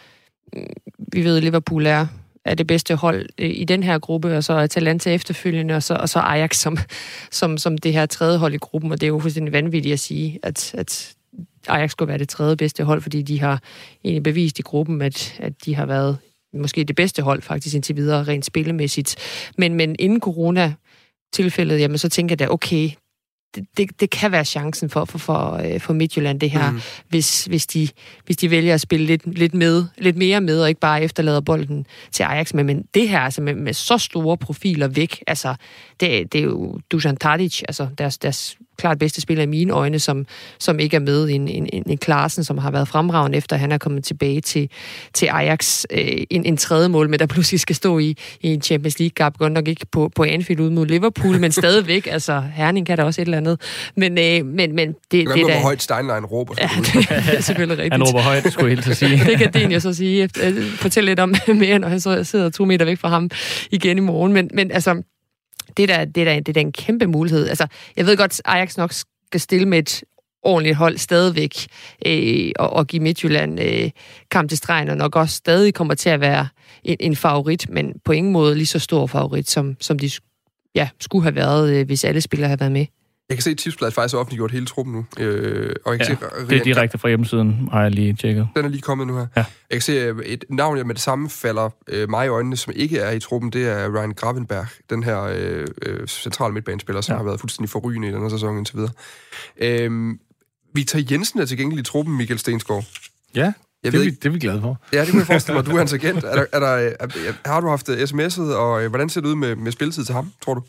vi ved, at Liverpool er er det bedste hold i den her gruppe, og så Atalanta efterfølgende, og så, og så Ajax som, som, som det her tredje hold i gruppen, og det er jo fuldstændig vanvittigt at sige, at, at Ajax skulle være det tredje bedste hold, fordi de har egentlig bevist i gruppen, at, at de har været måske det bedste hold faktisk indtil videre, rent spillemæssigt. Men, men inden corona-tilfældet, jamen så tænker jeg da, okay, Det, det, det kan være chancen for, for, for, for Midtjylland, det her, mm. hvis, hvis, de, hvis de vælger at spille lidt, lidt, med, lidt mere med, og ikke bare efterlader bolden til Ajax. Men, men det her, altså med, med så store profiler væk, altså, det, det er jo Dusan Tadic, altså deres, deres klart bedste spiller i mine øjne, som, som ikke er med, en, en, en Klaassen, som har været fremragende, efter han er kommet tilbage til, til Ajax. Øh, en, en tredje mål, med der pludselig skal stå i, i en Champions League-kamp, godt nok ikke på, på Anfield ude mod Liverpool, men stadigvæk, altså Herning kan der også et eller andet. Men, øh, men, men det, det, det er da... hvor højt Steinlein råber. Ja, det er selvfølgelig rigtigt. Han råber højt, skulle jeg helt til at sige. Det kan den jo så sige. Fortæl lidt om mere, når han så sidder to meter væk fra ham igen i morgen. Men, men altså, det er, det, er, det er da en kæmpe mulighed. Altså, jeg ved godt, Ajax nok skal stille med et ordentligt hold stadigvæk, øh, og, og give Midtjylland øh, kamp til stregen, og nok også stadig kommer til at være en, en favorit, men på ingen måde lige så stor favorit, som, som de ja, skulle have været, øh, hvis alle spillere havde været med. Jeg kan se, at Tipsbladet faktisk har offentliggjort hele truppen nu. Øh, og jeg kan ja, se, det er direkte fra hjemmesiden, har jeg lige tjekket. Den er lige kommet nu her. Ja. Jeg kan se, at et navn, jeg med det samme falder øh, mig i øjnene, som ikke er i truppen, det er Ryan Gravenberg, den her øh, øh, centrale midtbanespiller, som ja. har været fuldstændig forrygende i denne sæson indtil videre. Øh, Victor Jensen er til gengæld i truppen, Michael Stensgaard. Ja, jeg det, ved er vi, det er vi glade for. Ja, det kan jeg forestille mig. Du er hans agent. Er der, er der, er, har du haft sms'et, og øh, hvordan ser det ud med, med spilletid til ham, tror du?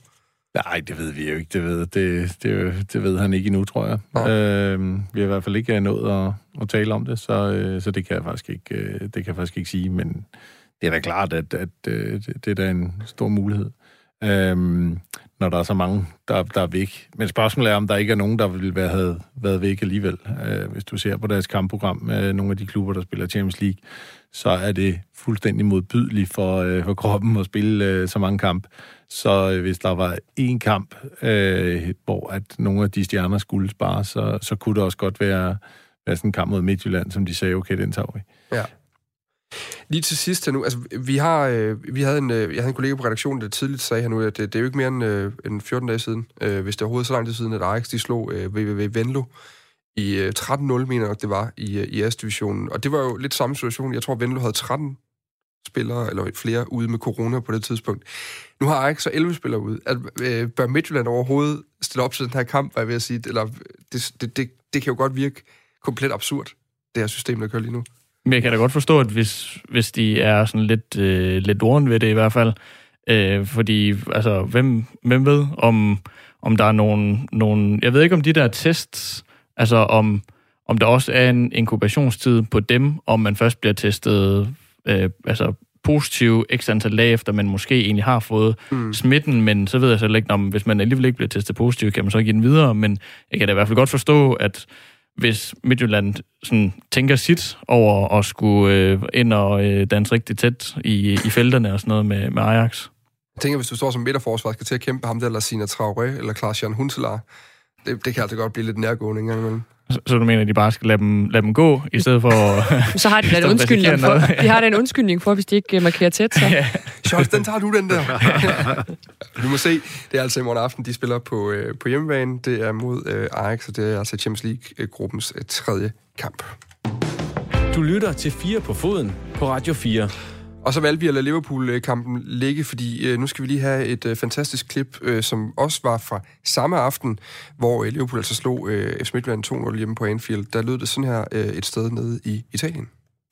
Nej, det ved vi jo ikke. Det ved, det, det, det ved han ikke endnu, tror jeg. Øh, vi har i hvert fald ikke nået at, at tale om det, så, øh, så det kan jeg faktisk ikke, øh, det kan jeg faktisk ikke sige. Men det er da klart, at, at øh, det, det er da en stor mulighed, øh, når der er så mange, der, der er væk. Men spørgsmålet er, om der ikke er nogen, der ville være, havde været væk alligevel. Øh, hvis du ser på deres kampprogram med nogle af de klubber, der spiller Champions League, så er det fuldstændig modbydeligt for, øh, for kroppen at spille øh, så mange kamp. Så øh, hvis der var én kamp, øh, hvor at nogle af de stjerner skulle spare, så, så kunne det også godt være, være sådan en kamp mod Midtjylland, som de sagde, okay, den tager vi. Ja. Lige til sidst her nu, altså vi har, øh, vi havde en, øh, jeg havde en kollega på redaktionen, der tidligt sagde her nu, at det, det er jo ikke mere end, øh, end fjorten dage siden, øh, hvis det er overhovedet så lang tid siden, at Ajax de slog øh, V V V Venlo i øh, tretten nul, mener jeg nok det var, i, øh, i A-divisionen. Og det var jo lidt samme situation. Jeg tror, Venlo havde tretten spillere, eller flere, ude med corona på det tidspunkt. Nu har Ajax så elleve spillere ude. At, øh, bør Midtjylland overhovedet stille op til den her kamp, hvad jeg vil sige? Eller, det, det, det, det kan jo godt virke komplet absurd, det her system, der kører lige nu. Men jeg kan da godt forstå, at hvis, hvis de er sådan lidt, øh, lidt oren ved det i hvert fald, øh, fordi, altså, hvem, hvem ved, om, om der er nogen, nogen... Jeg ved ikke, om de der tests, altså om, om der også er en inkubationstid på dem, om man først bliver testet øh, altså positiv x antal dage efter, man måske egentlig har fået mm. smitten, men så ved jeg så ikke, om hvis man alligevel ikke bliver testet positiv, kan man så give den videre, men jeg kan da i hvert fald godt forstå, at hvis Midtjylland sådan tænker sit over at skulle øh, ind og øh, danse rigtig tæt i, i felterne og sådan noget med, med Ajax. Jeg tænker, hvis du står som midterforsvar, skal til at kæmpe ham der, eller Sina Traoré, eller Klaas-Jan Huntelaar, det, det kan altså godt blive lidt nærgående en gang imellem. Så, så du mener, at de bare skal lade dem, lade dem gå, i stedet for... Så har de da en undskyldning for, de har da en undskyldning for, hvis de ikke markerer tæt, så. Ja. Scholz, den tager du, den der. Vi må se. Det er altså i morgen aften, de spiller på, øh, på hjemmebane. Det er mod øh, Ajax, og det er altså Champions League-gruppens øh, tredje kamp. Du lytter til fire på foden på Radio fire. Og så valgte vi at lade Liverpool-kampen ligge, fordi øh, nu skal vi lige have et øh, fantastisk klip, øh, som også var fra samme aften, hvor øh, Liverpool altså slog øh, F C Midtjylland to nul hjemme på Anfield. Der lød det sådan her øh, et sted nede i Italien.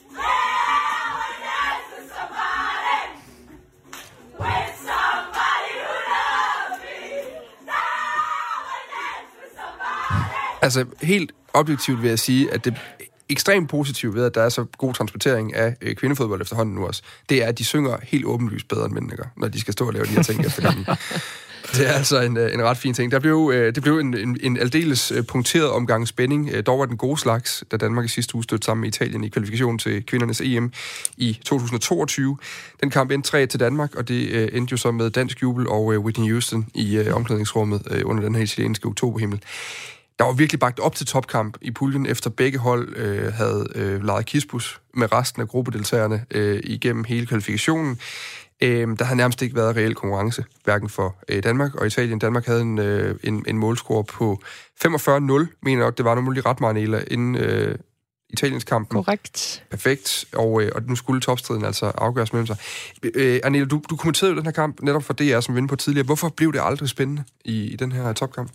Altså helt objektivt vil jeg sige, at det ekstremt positivt ved, at der er så god transportering af øh, kvindefodbold efterhånden nu også, det er, at de synger helt åbenlyst bedre end mændene gør, når de skal stå og lave de her ting efter kampen. Det er altså en, en ret fin ting. Der blev, øh, det blev en, en, en aldeles punkteret omgang spænding. Øh, dog var den gode slags, da Danmark i sidste uge stødte sammen med Italien i kvalifikationen til kvindernes E M i to tusind og toogtyve. Den kamp endte tre til Danmark, og det øh, endte jo så med dansk jubel og øh, Whitney Houston i øh, omklædningsrummet øh, under den her italienske oktoberhimmel. Der var virkelig bagt op til topkamp i puljen, efter begge hold øh, havde øh, lejet kispus med resten af gruppedeltagerne øh, igennem hele kvalifikationen. Øh, der havde nærmest ikke været reel konkurrence, hverken for øh, Danmark og Italien. Danmark havde en, øh, en, en målscore på femogfyrre nul, mener jeg, det var normalt ret meget, Nela, inden øh, Italiens kampen. Korrekt. Perfekt, og, øh, og nu skulle topstriden altså afgøres mellem sig. Øh, Arnela, du, du kommenterede jo den her kamp netop for D R, som vi var på tidligere. Hvorfor blev det aldrig spændende i, i den her topkamp?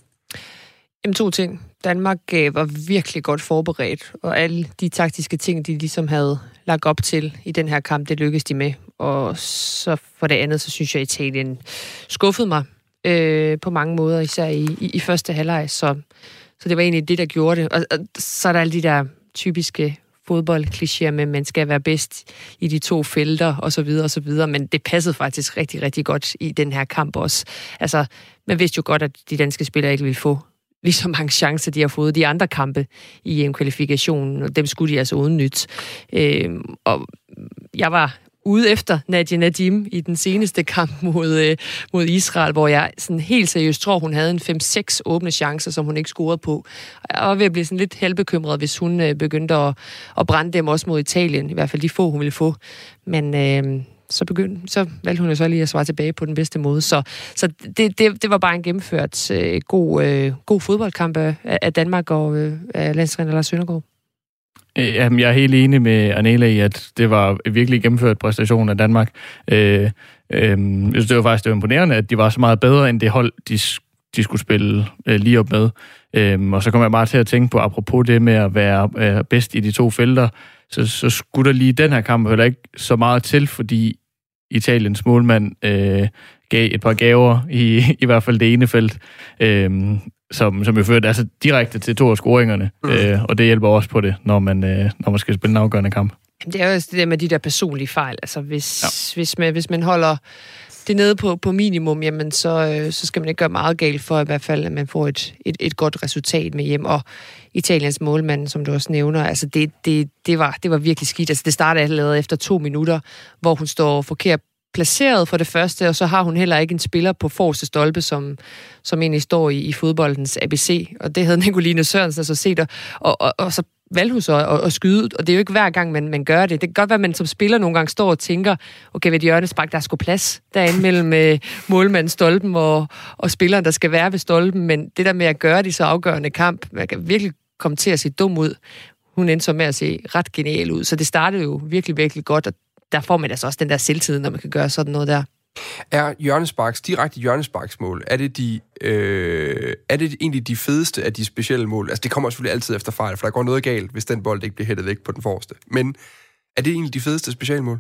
Jamen to ting. Danmark øh, var virkelig godt forberedt, og alle de taktiske ting, de ligesom havde lagt op til i den her kamp, det lykkedes de med. Og så for det andet, så synes jeg, at Italien skuffede mig øh, på mange måder, især i, i, i første halvleg. Så, så det var egentlig det, der gjorde det. Og, og så er der alle de der typiske fodboldklichéer med, at man skal være bedst i de to felter, og så videre, og så videre. Men det passede faktisk rigtig, rigtig godt i den her kamp også. Altså, man vidste jo godt, at de danske spillere ikke ville få lige så mange chancer, de har fået de andre kampe i en kvalifikation, og dem skulle de altså uden nyt. Øh, og jeg var ude efter Nadia Nadim i den seneste kamp mod, øh, mod Israel, hvor jeg sådan helt seriøst tror, hun havde en fem seks åbne chancer, som hun ikke scorede på. Jeg var ved at blive sådan lidt halvbekymret, hvis hun øh, begyndte at, at brænde dem også mod Italien, i hvert fald de få, hun ville få. Men øh, så, begyndte, så valgte hun jo så lige at svare tilbage på den bedste måde. Så, så det, det, det var bare en gennemført øh, god, øh, god fodboldkamp af, af Danmark og øh, af landstræner Lars Søndergaard. Jamen, jeg er helt enig med Arnela i, at det var virkelig gennemført præstation af Danmark. Øh, øh, jeg synes, det var faktisk det var imponerende, at de var så meget bedre, end det hold, de, de skulle spille øh, lige op med. Øh, og så kommer jeg bare til at tænke på, apropos det med at være øh, bedst i de to felter, så, så skulle der lige den her kamp heller ikke så meget til, fordi Italiens målmand øh, gav et par gaver i, i hvert fald det ene felt, øh, som, som jo førte altså direkte til to af scoringerne, mm. øh, og det hjælper også på det, når man, øh, når man skal spille en afgørende kamp. Det er jo også det der med de der personlige fejl. Altså, hvis, ja. hvis, man, hvis man holder det nede på, på minimum, jamen, så, øh, så skal man ikke gøre meget galt for i hvert fald, at man får et, et, et godt resultat med hjem. Og Italiens målmand, som du også nævner, altså det, det, det, var, det var virkelig skidt. Altså, det startede allerede efter to minutter, hvor hun står forkert placeret for det første, og så har hun heller ikke en spiller på forreste stolpe, som, som egentlig står i, i fodboldens A B C. Og det havde Nicoline Sørensen så set, og, og, og så valgte hun så at, at skyde, og det er jo ikke hver gang, man, man gør det. Det kan godt være, at man som spiller nogle gange står og tænker, okay, ved et hjørnespark, der er sgu plads derinde mellem øh, målmanden, stolpen og, og spilleren, der skal være ved stolpen, men det der med at gøre det så afgørende kamp, man kan virkelig komme til at se dum ud. Hun endte så med at se ret genial ud, så det startede jo virkelig, virkelig godt, og der får man altså også den der selvtid, når man kan gøre sådan noget der. Er hjørnesparks, direkte hjørnesparksmål, er det, de, øh, er det egentlig de fedeste af de specielle mål? Altså, det kommer selvfølgelig altid efter fejl, for der går noget galt, hvis den bold ikke bliver hættet væk på den forreste. Men er det egentlig de fedeste specialmål?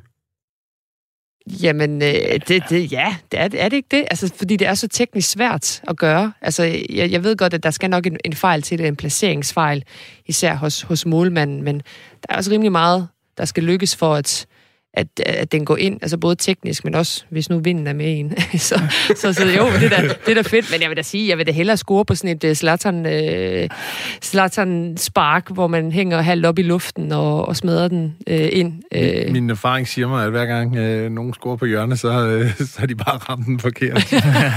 Jamen, øh, det, det, ja, det er, er det ikke det? Altså, fordi det er så teknisk svært at gøre. Altså, jeg, jeg ved godt, at der skal nok en, en fejl til det, en placeringsfejl, især hos, hos målmanden, men der er også rimelig meget, der skal lykkes for, at At, at den går ind, altså både teknisk, men også, hvis nu vinden er med en. så, så, så jo, det er, da, det er da fedt, men jeg vil da sige, jeg vil da hellere score på sådan et Zlatan, øh, Zlatan spark, hvor man hænger halvt op i luften og, og smadrer den øh, ind. Øh. Min, min erfaring siger mig, at hver gang øh, nogen scorer på hjørnet, så, øh, så har de bare ramt den forkert.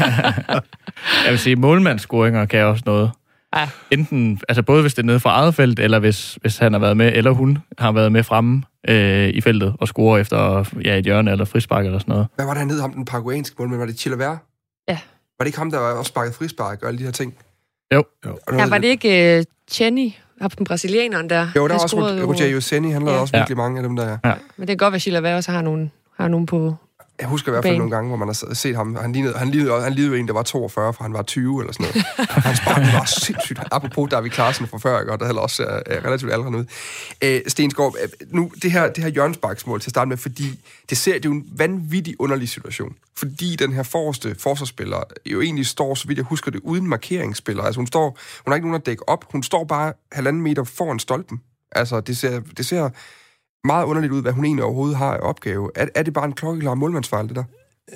Jeg vil sige, målmandsscoringer kan også noget. Ja. Enten, altså både hvis det er nede fra eget felt, eller hvis, hvis han har været med, eller hun har været med fremme øh, i feltet og scorer efter ja, et hjørne eller frispark eller sådan noget. Hvad var det, han hed ham, den paraguayanske målmand? Var det Chilavert? Ja. Var det ikke ham, der også sparket frispark og alle de her ting? Jo. jo. Ja, var det ikke uh, Chenny, den brasilianeren der? Jo, der var også Rogério Ceni, han lavede ja. også virkelig ja. mange af dem der. Ja. Ja. Men det kan godt være, at Chilavert også har nogen, har nogen på... Jeg husker i hvert fald bane. Nogle gange, hvor man har set ham. Han lignede, han lignede, han lignede en, der var toogfyrre, for han var tyve eller sådan noget. Hans barn var sindssygt. Apropos David Klaasen fra før, og der heller også er, er relativt aldrende ud. Æ, Stensgaard, nu det her, det her hjørnesparksmål til at starte med, fordi det ser det er jo en vanvittig underlig situation. Fordi den her forreste forsvarsspiller jo egentlig står, så vidt jeg husker det, uden markeringsspiller. Altså hun står, hun har ikke nogen at dække op. Hun står bare halvanden meter foran stolpen. Altså det ser... Det ser meget underligt ud, hvad hun egentlig overhovedet har af opgave. Er, er det bare en klokkeklar målmandsfejl, det der?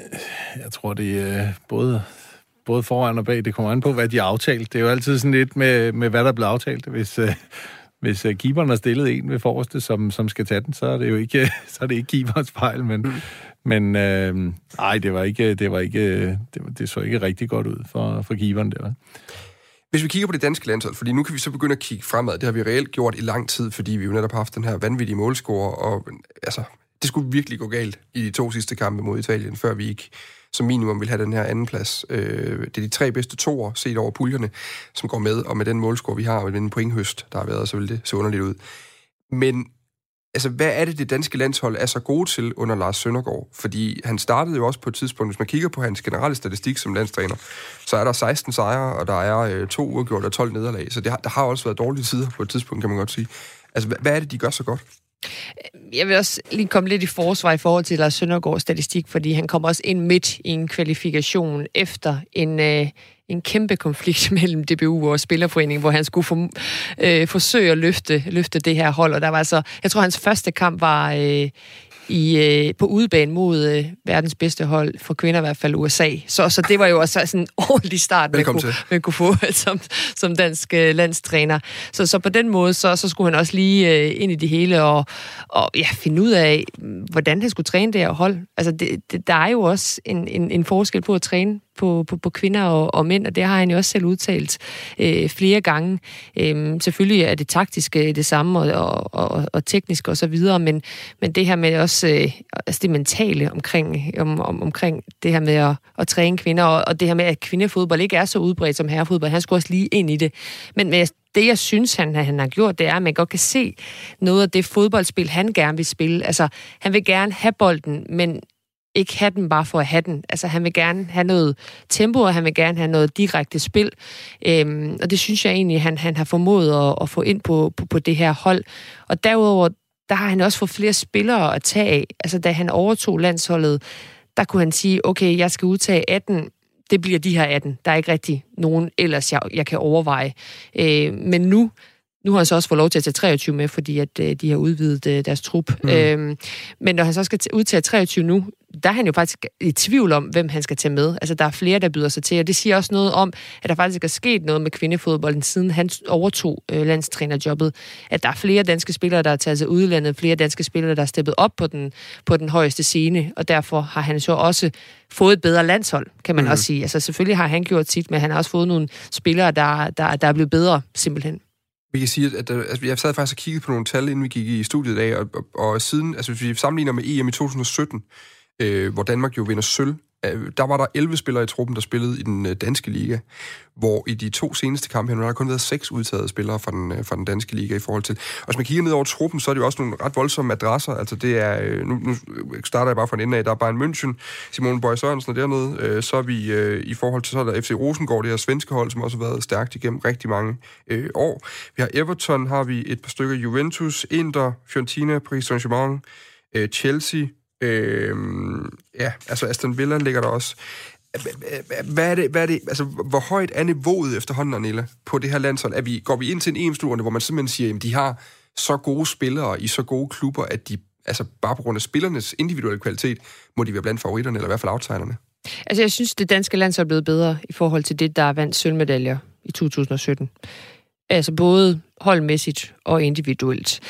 Jeg tror, det er både, både foran og bag. Det kommer an på, hvad de har aftalt. Det er jo altid sådan lidt med, med hvad der er blevet aftalt. Hvis, uh, hvis uh, keeperen har stillet en ved forreste, som, som skal tage den, så er det jo ikke, så er det ikke keeperens fejl. Men, mm. men uh, ej, det var ikke, det var ikke, det, var, det så ikke rigtig godt ud for, for keeperen der. Hvis vi kigger på det danske landshold, fordi nu kan vi så begynde at kigge fremad. Det har vi reelt gjort i lang tid, fordi vi jo netop har haft den her vanvittige målscore, og altså, det skulle virkelig gå galt i de to sidste kampe mod Italien, før vi ikke som minimum vil have den her anden plads. Det er de tre bedste toer set over puljerne, som går med, og med den målscore, vi har, og med den pointhøst, der har været, så vil det se underligt ud. Men altså, hvad er det, det danske landshold er så gode til under Lars Søndergaard? Fordi han startede jo også på et tidspunkt, hvis man kigger på hans generelle statistik som landstræner, så er der seksten sejre, og der er øh, to uafgjorte og tolv nederlag. Så det har, der har også været dårlige tider på et tidspunkt, kan man godt sige. Altså, hvad, hvad er det, de gør så godt? Jeg vil også lige komme lidt i forsvar i forhold til Lars Søndergaards statistik, fordi han kommer også ind midt i en kvalifikation efter en... Øh, en kæmpe konflikt mellem D B U og Spillerforeningen, hvor han skulle for, øh, forsøge at løfte, løfte det her hold. Og der var altså, jeg tror, hans første kamp var øh, i, øh, på udebane mod øh, verdens bedste hold, for kvinder i hvert fald U S A. Så, så det var jo også sådan en ordentlig start, man kunne, man kunne få som, som dansk øh, landstræner. Så, så på den måde, så, så skulle han også lige øh, ind i det hele og, og ja, finde ud af, hvordan han skulle træne det her hold. Altså, det, det, der er jo også en, en, en forskel på at træne På, på, på kvinder og, og mænd, og det har han jo også selv udtalt øh, flere gange. Øhm, selvfølgelig er det taktiske det samme, og, og, og, og teknisk og så videre, men, men det her med også øh, altså det mentale omkring, om, om, omkring det her med at, at træne kvinder, og, og det her med, at kvindefodbold ikke er så udbredt som herrefodbold, han skulle også lige ind i det. Men, men det, jeg synes, han, han har gjort, det er, at man godt kan se noget af det fodboldspil, han gerne vil spille. Altså, han vil gerne have bolden, men ikke have den bare for at have den. Altså, han vil gerne have noget tempo, og han vil gerne have noget direkte spil. Øhm, og det synes jeg egentlig, han, han har formået at, at få ind på, på, på det her hold. Og derudover, der har han også fået flere spillere at tage af. Altså, da han overtog landsholdet, der kunne han sige, okay, jeg skal udtage atten, det bliver de her atten. Der er ikke rigtig nogen ellers, jeg, jeg kan overveje. Øh, men nu, nu har han så også fået lov til at tage treogtyve med, fordi at, øh, de har udvidet øh, deres trup. Mm. Øh, men når han så skal udtage treogtyve nu, der er han jo faktisk i tvivl om, hvem han skal tage med. Altså, der er flere, der byder sig til, og det siger også noget om, at der faktisk er sket noget med kvindefodbolden, siden han overtog øh, landstrænerjobbet. At der er flere danske spillere, der har taget sig udlandet, flere danske spillere, der har steppet op på den, på den højeste scene, og derfor har han så også fået et bedre landshold, kan man mm. også sige. Altså, selvfølgelig har han gjort sit, men han har også fået nogle spillere, der, der, der er blevet bedre, simpelthen. Vi kan sige, at altså, jeg sad faktisk og kiggede på nogle tal, inden vi gik i studiet i dag, og, og, og siden, altså hvis vi sammenligner med E M i to tusind og sytten, øh, hvor Danmark jo vinder sølv, øh, der var der elleve spillere i truppen, der spillede i den øh, danske liga, hvor i de to seneste kampe, har der kun været seks udtagede spillere fra den, øh, fra den danske liga i forhold til. Og hvis man kigger ned over truppen, så er det jo også nogle ret voldsomme adresser. Altså det er, øh, nu, nu starter jeg bare fra en ende af, der er Bayern München, Simone Bøje Sørensen og dernede, øh, så er vi øh, i forhold til, så er der F C Rosengård, det her svenske hold, som også har været stærkt igennem rigtig mange øh, år. Vi har Everton, har vi et par stykker Juventus, Inter, Fiorentina, Paris Saint-Germain, øh, Chelsea, Øh, ja, altså Aston Villa ligger der også. Hvad er det, hvad er det, altså hvor højt er niveauet efterhånden, Arnella, på det her landshold? Er vi, går vi ind til en E M-slutrunde, hvor man simpelthen siger, at de har så gode spillere i så gode klubber, at de, altså bare på grund af spillernes individuelle kvalitet, må de være blandt favoritterne, eller i hvert fald outsiderne? Altså jeg synes, det danske landshold er blevet bedre i forhold til det, der vandt sølvmedaljer i to tusind og sytten. Altså både holdmæssigt og individuelt.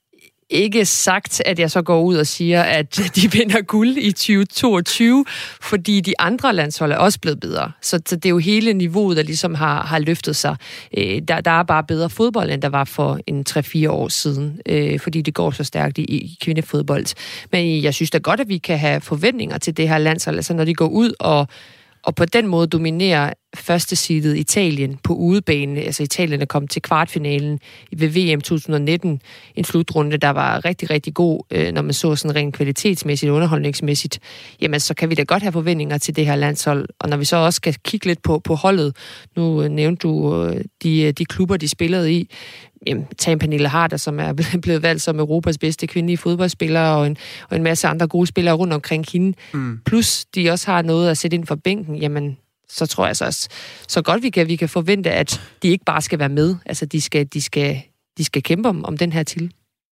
Ikke sagt, at jeg så går ud og siger, at de vinder guld i tyve toogtyve, fordi de andre landshold er også blevet bedre. Så, så det er jo hele niveauet, der ligesom har, har løftet sig. Øh, der, der er bare bedre fodbold, end der var for en tre fire år siden, øh, fordi det går så stærkt i, i kvindefodbold. Men jeg synes da godt, at vi kan have forventninger til det her landshold, altså når de går ud og og på den måde dominerer første seedet Italien på udebane. Altså Italien er kommet til kvartfinalen ved V M to tusind og nitten. En slutrunde, der var rigtig, rigtig god, når man så sådan rent kvalitetsmæssigt, underholdningsmæssigt. Jamen, så kan vi da godt have forventninger til det her landshold. Og når vi så også skal kigge lidt på, på holdet, nu nævnte du de, de klubber, de spillede i. Jamen, tag en Pernille Harder, som er blevet valgt som Europas bedste kvindelige fodboldspiller, og en, og en masse andre gode spillere rundt omkring hende. Mm. Plus, de også har noget at sætte ind for bænken, jamen, så tror jeg så også, så godt vi kan, vi kan forvente, at de ikke bare skal være med. Altså, de skal, de skal, de skal kæmpe om, om den her til.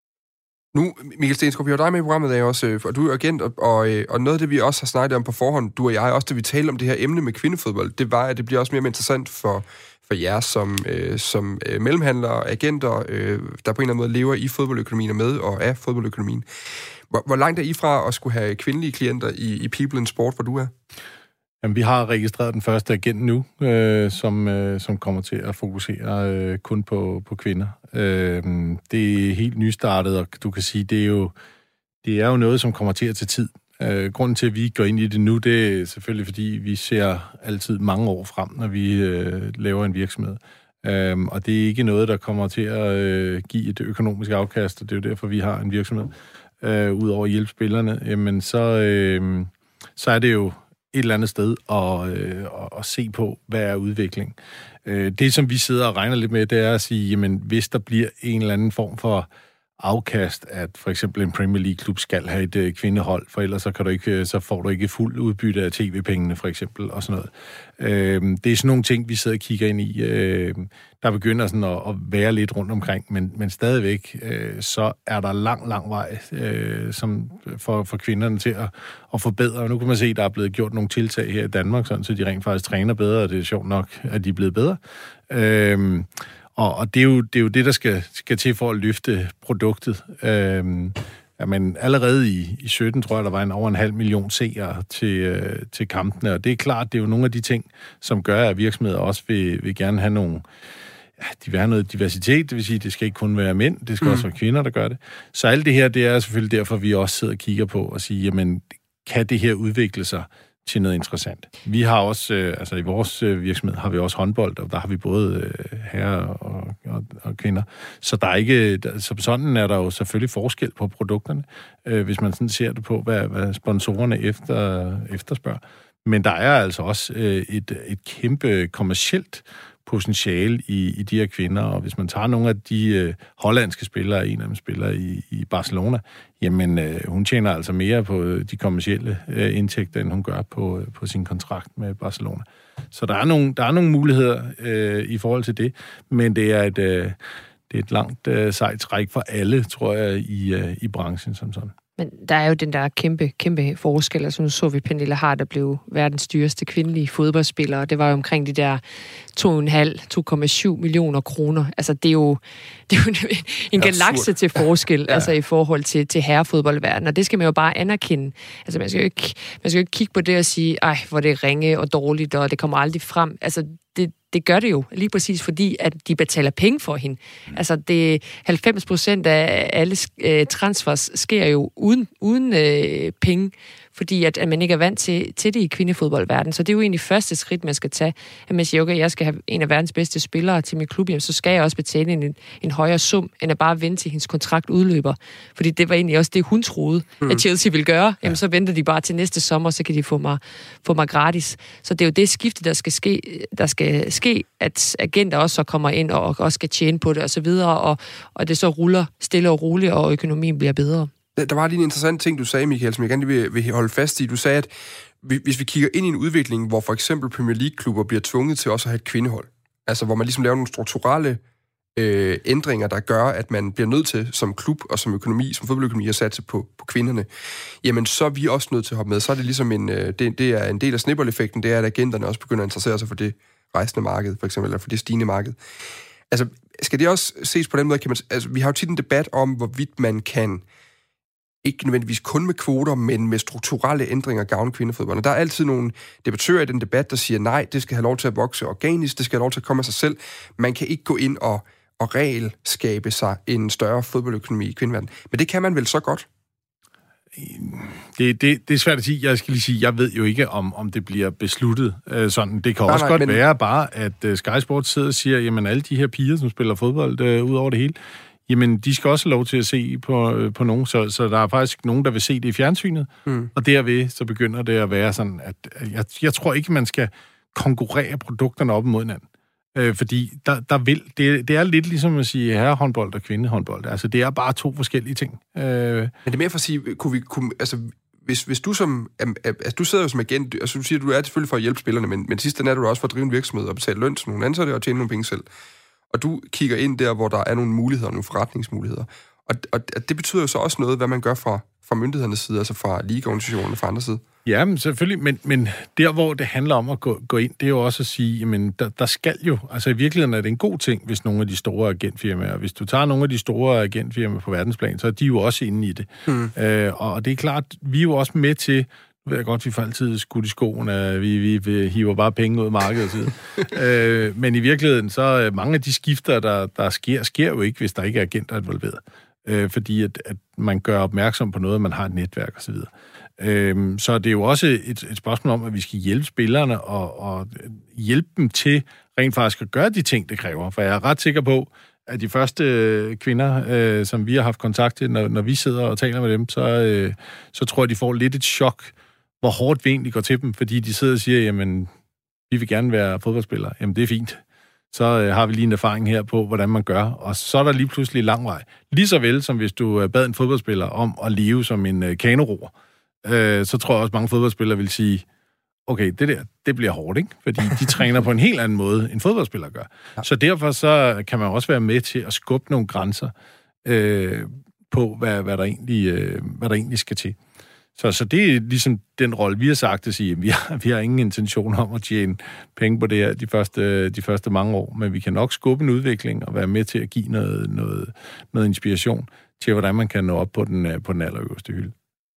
Nu, Mikkel Stenskov, vi har dig med i programmet i dag også, og du er agent, og, og, og noget af det, vi også har snakket om på forhånd, du og jeg, også da vi talte om det her emne med kvindefodbold, det var, at det bliver også mere interessant for, for jer som, øh, som øh, mellemhandlere, agenter, øh, der på en eller anden måde lever i fodboldøkonomien og med og af fodboldøkonomien. Hvor, hvor langt er I fra at skulle have kvindelige klienter i, i People in Sport, hvor du er? Jamen, vi har registreret den første agent nu, øh, som, øh, som kommer til at fokusere øh, kun på, på kvinder. Øh, det er helt nystartet, og du kan sige, det er jo, det er jo noget, som kommer til at tage tid. Øh, grunden til, at vi går ind i det nu, det er selvfølgelig, fordi vi ser altid mange år frem, når vi øh, laver en virksomhed. Øh, og det er ikke noget, der kommer til at øh, give et økonomisk afkast, og det er jo derfor, vi har en virksomhed. Øh, Udover at hjælpe spillerne, jamen, så, øh, så er det jo et eller andet sted og, øh, og se på, hvad er udvikling. Øh, det, som vi sidder og regner lidt med, det er at sige, jamen, hvis der bliver en eller anden form for afkast, at for eksempel en Premier League-klub skal have et øh, kvindehold, for ellers så, kan du ikke, så får du ikke fuld udbytte af tv-pengene, for eksempel, og sådan noget. Øh, det er sådan nogle ting, vi sidder og kigger ind i, øh, der begynder sådan at, at være lidt rundt omkring, men, men stadigvæk, øh, så er der lang, lang vej øh, som for, for kvinderne til at, at forbedre. Og nu kan man se, at der er blevet gjort nogle tiltag her i Danmark, sådan, så de rent faktisk træner bedre, og det er sjovt nok, at de er blevet bedre. Øh, Og, og det, er jo, det er jo det, der skal, skal til for at løfte produktet. Øhm, jamen, allerede i, i sytten, tror jeg, der var en over en halv million seere til, øh, til kampene. Og det er klart, det er jo nogle af de ting, som gør, at virksomheder også vil, vil gerne have nogle... Ja, de vil have noget diversitet, det vil sige, det skal ikke kun være mænd, det skal mm. også være kvinder, der gør det. Så alt det her, det er selvfølgelig derfor, vi også sidder og kigger på og siger, jamen, kan det her udvikle sig til noget interessant. Vi har også, øh, altså i vores øh, virksomhed har vi også håndbold, og der har vi både øh, herrer og, og, og kvinder. Så der er ikke, der, som sådan er der jo selvfølgelig forskel på produkterne, øh, hvis man sådan ser det på, hvad, hvad sponsorerne efter, efterspørger. Men der er altså også øh, et, et kæmpe kommercielt potentiale i, i de her kvinder, og hvis man tager nogle af de øh, hollandske spillere, en af dem spiller i, i Barcelona, jamen øh, hun tjener altså mere på de kommercielle øh, indtægter, end hun gør på, øh, på sin kontrakt med Barcelona. Så der er nogle, der er nogle muligheder øh, i forhold til det, men det er et, øh, det er et langt øh, sejt træk for alle, tror jeg, i, øh, i branchen som sådan. Men der er jo den der kæmpe, kæmpe forskel. Altså nu så vi Pernille Harder, der blev verdens dyreste kvindelige fodboldspiller, og det var jo omkring de der to komma fem, to komma syv millioner kroner. Altså det er jo, det er jo en galakse til forskel, ja. Altså i forhold til, til herrefodboldverdenen, og det skal man jo bare anerkende. Altså man skal jo ikke, man skal jo ikke kigge på det og sige, ej, hvor det er ringe og dårligt, og det kommer aldrig frem. Altså det, det gør det jo, lige præcis fordi, at de betaler penge for hende. Mm. Altså det halvfems procent af alle øh, transfers sker jo uden, uden øh, penge, fordi at, at man ikke er vant til, til det i kvindefodboldverdenen. Så det er jo egentlig første skridt, man skal tage. At man siger, okay, jeg skal have en af verdens bedste spillere til min klub, jamen, så skal jeg også betale en, en højere sum, end at bare vente til hendes kontrakt udløber. Fordi det var egentlig også det, hun troede, mm. at Chelsea ville gøre. Jamen, så venter de bare til næste sommer, så kan de få mig, få mig gratis. Så det er jo det skifte, der skal ske, der skal ske, at agenter også så kommer ind og også skal tjene på det og så videre, og, og det så ruller stille og roligt, og økonomien bliver bedre. Der var lige en interessant ting, du sagde, Michael, som jeg gerne vil, vil holde fast i. Du sagde, at hvis vi kigger ind i en udvikling, hvor for eksempel Premier League-klubber bliver tvunget til også at have et kvindehold, altså hvor man ligesom laver nogle strukturelle øh, ændringer, der gør, at man bliver nødt til som klub og som økonomi, som fodboldøkonomi, at satse på, på kvinderne, jamen så er vi også nødt til at hoppe med. Så er det ligesom en, øh, det, det er en del af snibboldeffekten, det er, at agenterne også begynder at interessere sig for det rejsende marked, for eksempel, eller for det stigende marked. Altså, skal det også ses på den måde, kan man, altså, vi har jo tit en debat om, hvorvidt man kan ikke nødvendigvis kun med kvoter, men med strukturelle ændringer gavne kvindefodbold. Og der er altid nogle debattører i den debat, der siger, nej, det skal have lov til at vokse organisk, det skal have lov til at komme af sig selv. Man kan ikke gå ind og, og regelskabe sig en større fodboldøkonomi i kvindeverdenen. Men det kan man vel så godt? Det, det, det er svært at sige. Jeg skal lige sige, jeg ved jo ikke, om, om det bliver besluttet øh, sådan. Det kan nej, også nej, godt men... være bare, at uh, Sky Sports sidder og siger, jamen alle de her piger, som spiller fodbold øh, ud over det hele, jamen, de skal også have lov til at se på, på nogen, så, så der er faktisk nogen, der vil se det i fjernsynet, mm. og derved så begynder det at være sådan, at jeg, jeg tror ikke, man skal konkurrere produkterne op mod hinanden, øh, fordi der, der vil, det, det er lidt ligesom at sige herrehåndbold og kvindehåndbold, altså det er bare to forskellige ting. Øh, Men det er mere for at sige, kunne vi, kunne, altså, hvis, hvis du som, altså du sidder jo som agent, altså du siger, du er selvfølgelig for at hjælpe spillerne, men, men sidst er du også for at drive en virksomhed og betale løn til nogle ansatte og tjene nogle penge selv. Og du kigger ind der, hvor der er nogle muligheder, nogle forretningsmuligheder. Og, og, og det betyder jo så også noget, hvad man gør fra, fra myndighedernes side, altså fra ligaorganisationerne fra andre side. Ja, men selvfølgelig, men, men der, hvor det handler om at gå, gå ind, det er jo også at sige, jamen, der, der skal jo, altså i virkeligheden er det en god ting, hvis nogle af de store agentfirmaer, hvis du tager nogle af de store agentfirmaer på verdensplan, så er de jo også inde i det. Hmm. Øh, og det er klart, vi er jo også med til, nu ved jeg godt, vi får altid skudt i skoen, at vi, vi, vi hiver bare penge ud af markedet og så øh, men i virkeligheden, så mange af de skifter, der, der sker, sker jo ikke, hvis der ikke er agenter involveret. Øh, fordi at, at man gør opmærksom på noget, man har et netværk og så videre. Øh, så det er jo også et, et spørgsmål om, at vi skal hjælpe spillerne og, og hjælpe dem til rent faktisk at gøre de ting, det kræver. For jeg er ret sikker på, at de første kvinder, øh, som vi har haft kontakt til, når, når vi sidder og taler med dem, så, øh, så tror jeg, de får lidt et chok, hvor hårdt vi egentlig går til dem, fordi de sidder og siger, jamen, vi vil gerne være fodboldspillere. Jamen, det er fint. Så øh, har vi lige en erfaring her på, hvordan man gør. Og så er der lige pludselig lang vej. Lige så vel, som hvis du øh, bad en fodboldspiller om at leve som en øh, kanoroer, øh, så tror jeg også, mange fodboldspillere vil sige, okay, det der, det bliver hårdt, ikke? Fordi de træner på en helt anden måde, end fodboldspillere gør. Ja. Så derfor så kan man også være med til at skubbe nogle grænser øh, på, hvad, hvad, der egentlig, øh, hvad der egentlig skal til. Så, så det er ligesom den rolle, vi har sagt at sige, at vi har, vi har ingen intention om at tjene penge på det her de første, de første mange år, men vi kan nok skubbe en udvikling og være med til at give noget, noget, noget inspiration til, hvordan man kan nå op på den, på den allerøverste hylde.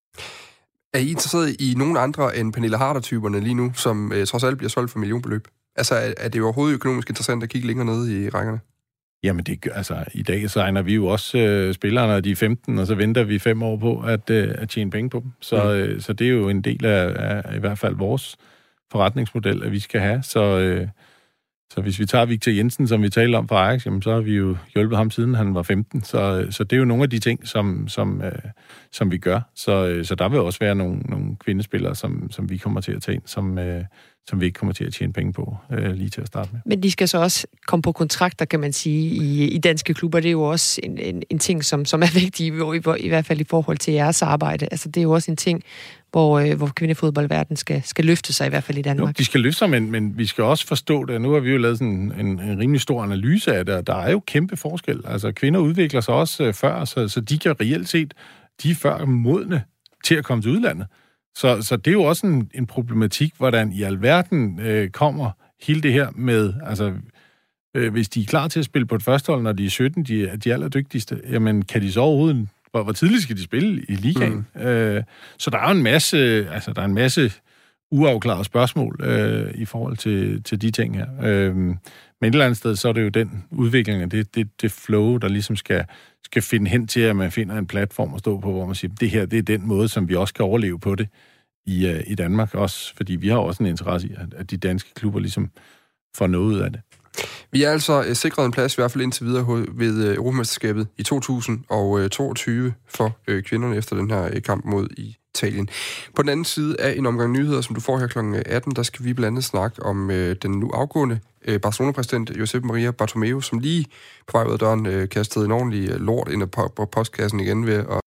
Er I interesseret i nogen andre end Pernille Harder-typerne lige nu, som eh, trods alt bliver solgt for millionbeløb? Altså, er, er det overhovedet økonomisk interessant at kigge længere nede i rækkerne? Jamen, det, altså, i dag så egner vi jo også øh, spillere, når de er femten, og så venter vi fem år på at, øh, at tjene penge på dem. Så, mm. øh, så det er jo en del af, af i hvert fald vores forretningsmodel, at vi skal have. Så, øh, så hvis vi tager Victor Jensen, som vi talte om fra Ajax, jamen, så har vi jo hjulpet ham siden han var femten. Så, så det er jo nogle af de ting, som, som, øh, som vi gør. Så, øh, så der vil også være nogle, nogle kvindespillere, som, som vi kommer til at tage ind, som, øh, som vi ikke kommer til at tjene penge på øh, lige til at starte med. Men de skal så også komme på kontrakter, kan man sige, i, i danske klubber. Det er jo også en, en, en ting, som, som er vigtig, i, i hvert fald i forhold til jeres arbejde. Altså, det er jo også en ting, hvor, øh, hvor kvindefodboldverdenen skal, skal løfte sig, i hvert fald i Danmark. Jo, de skal løfte sig, men, men vi skal også forstå det. Nu har vi jo lavet sådan en, en rimelig stor analyse af det, og der er jo kæmpe forskel. Altså, kvinder udvikler sig også øh, før, så, så de kan reelt set, de er før modne til at komme til udlandet. Så, så det er jo også en, en problematik, hvordan i alverden øh, kommer hele det her med, altså, øh, hvis de er klar til at spille på et førstehold, når de er sytten, de er de allerdygtigste, jamen, kan de så overhovedet, hvor, hvor tidligt skal de spille i ligaen? Mm. Øh, så der er jo en masse, altså, der er en masse uafklarede spørgsmål øh, i forhold til, til de ting her. Øh, men et eller andet sted, så er det jo den udvikling af det, det, det flow, der ligesom skal, skal finde hen til, at man finder en platform at stå på, hvor man siger, det her, det er den måde, som vi også kan overleve på det i, uh, i Danmark også, fordi vi har også en interesse i, at, at de danske klubber ligesom får noget ud af det. Vi er altså uh, sikret en plads, i hvert fald indtil videre ved uh, Europamesterskabet i to tusind og toogtyve for uh, kvinderne efter den her uh, kamp mod Italien. På den anden side af en omgang nyheder, som du får her klokken atten, der skal vi blandt andet snakke om uh, den nu afgående uh, Barcelona-præsident Josep Maria Bartomeu, som lige på vej ud af døren uh, kastede en ordentlig uh, lort ind på postkassen igen ved at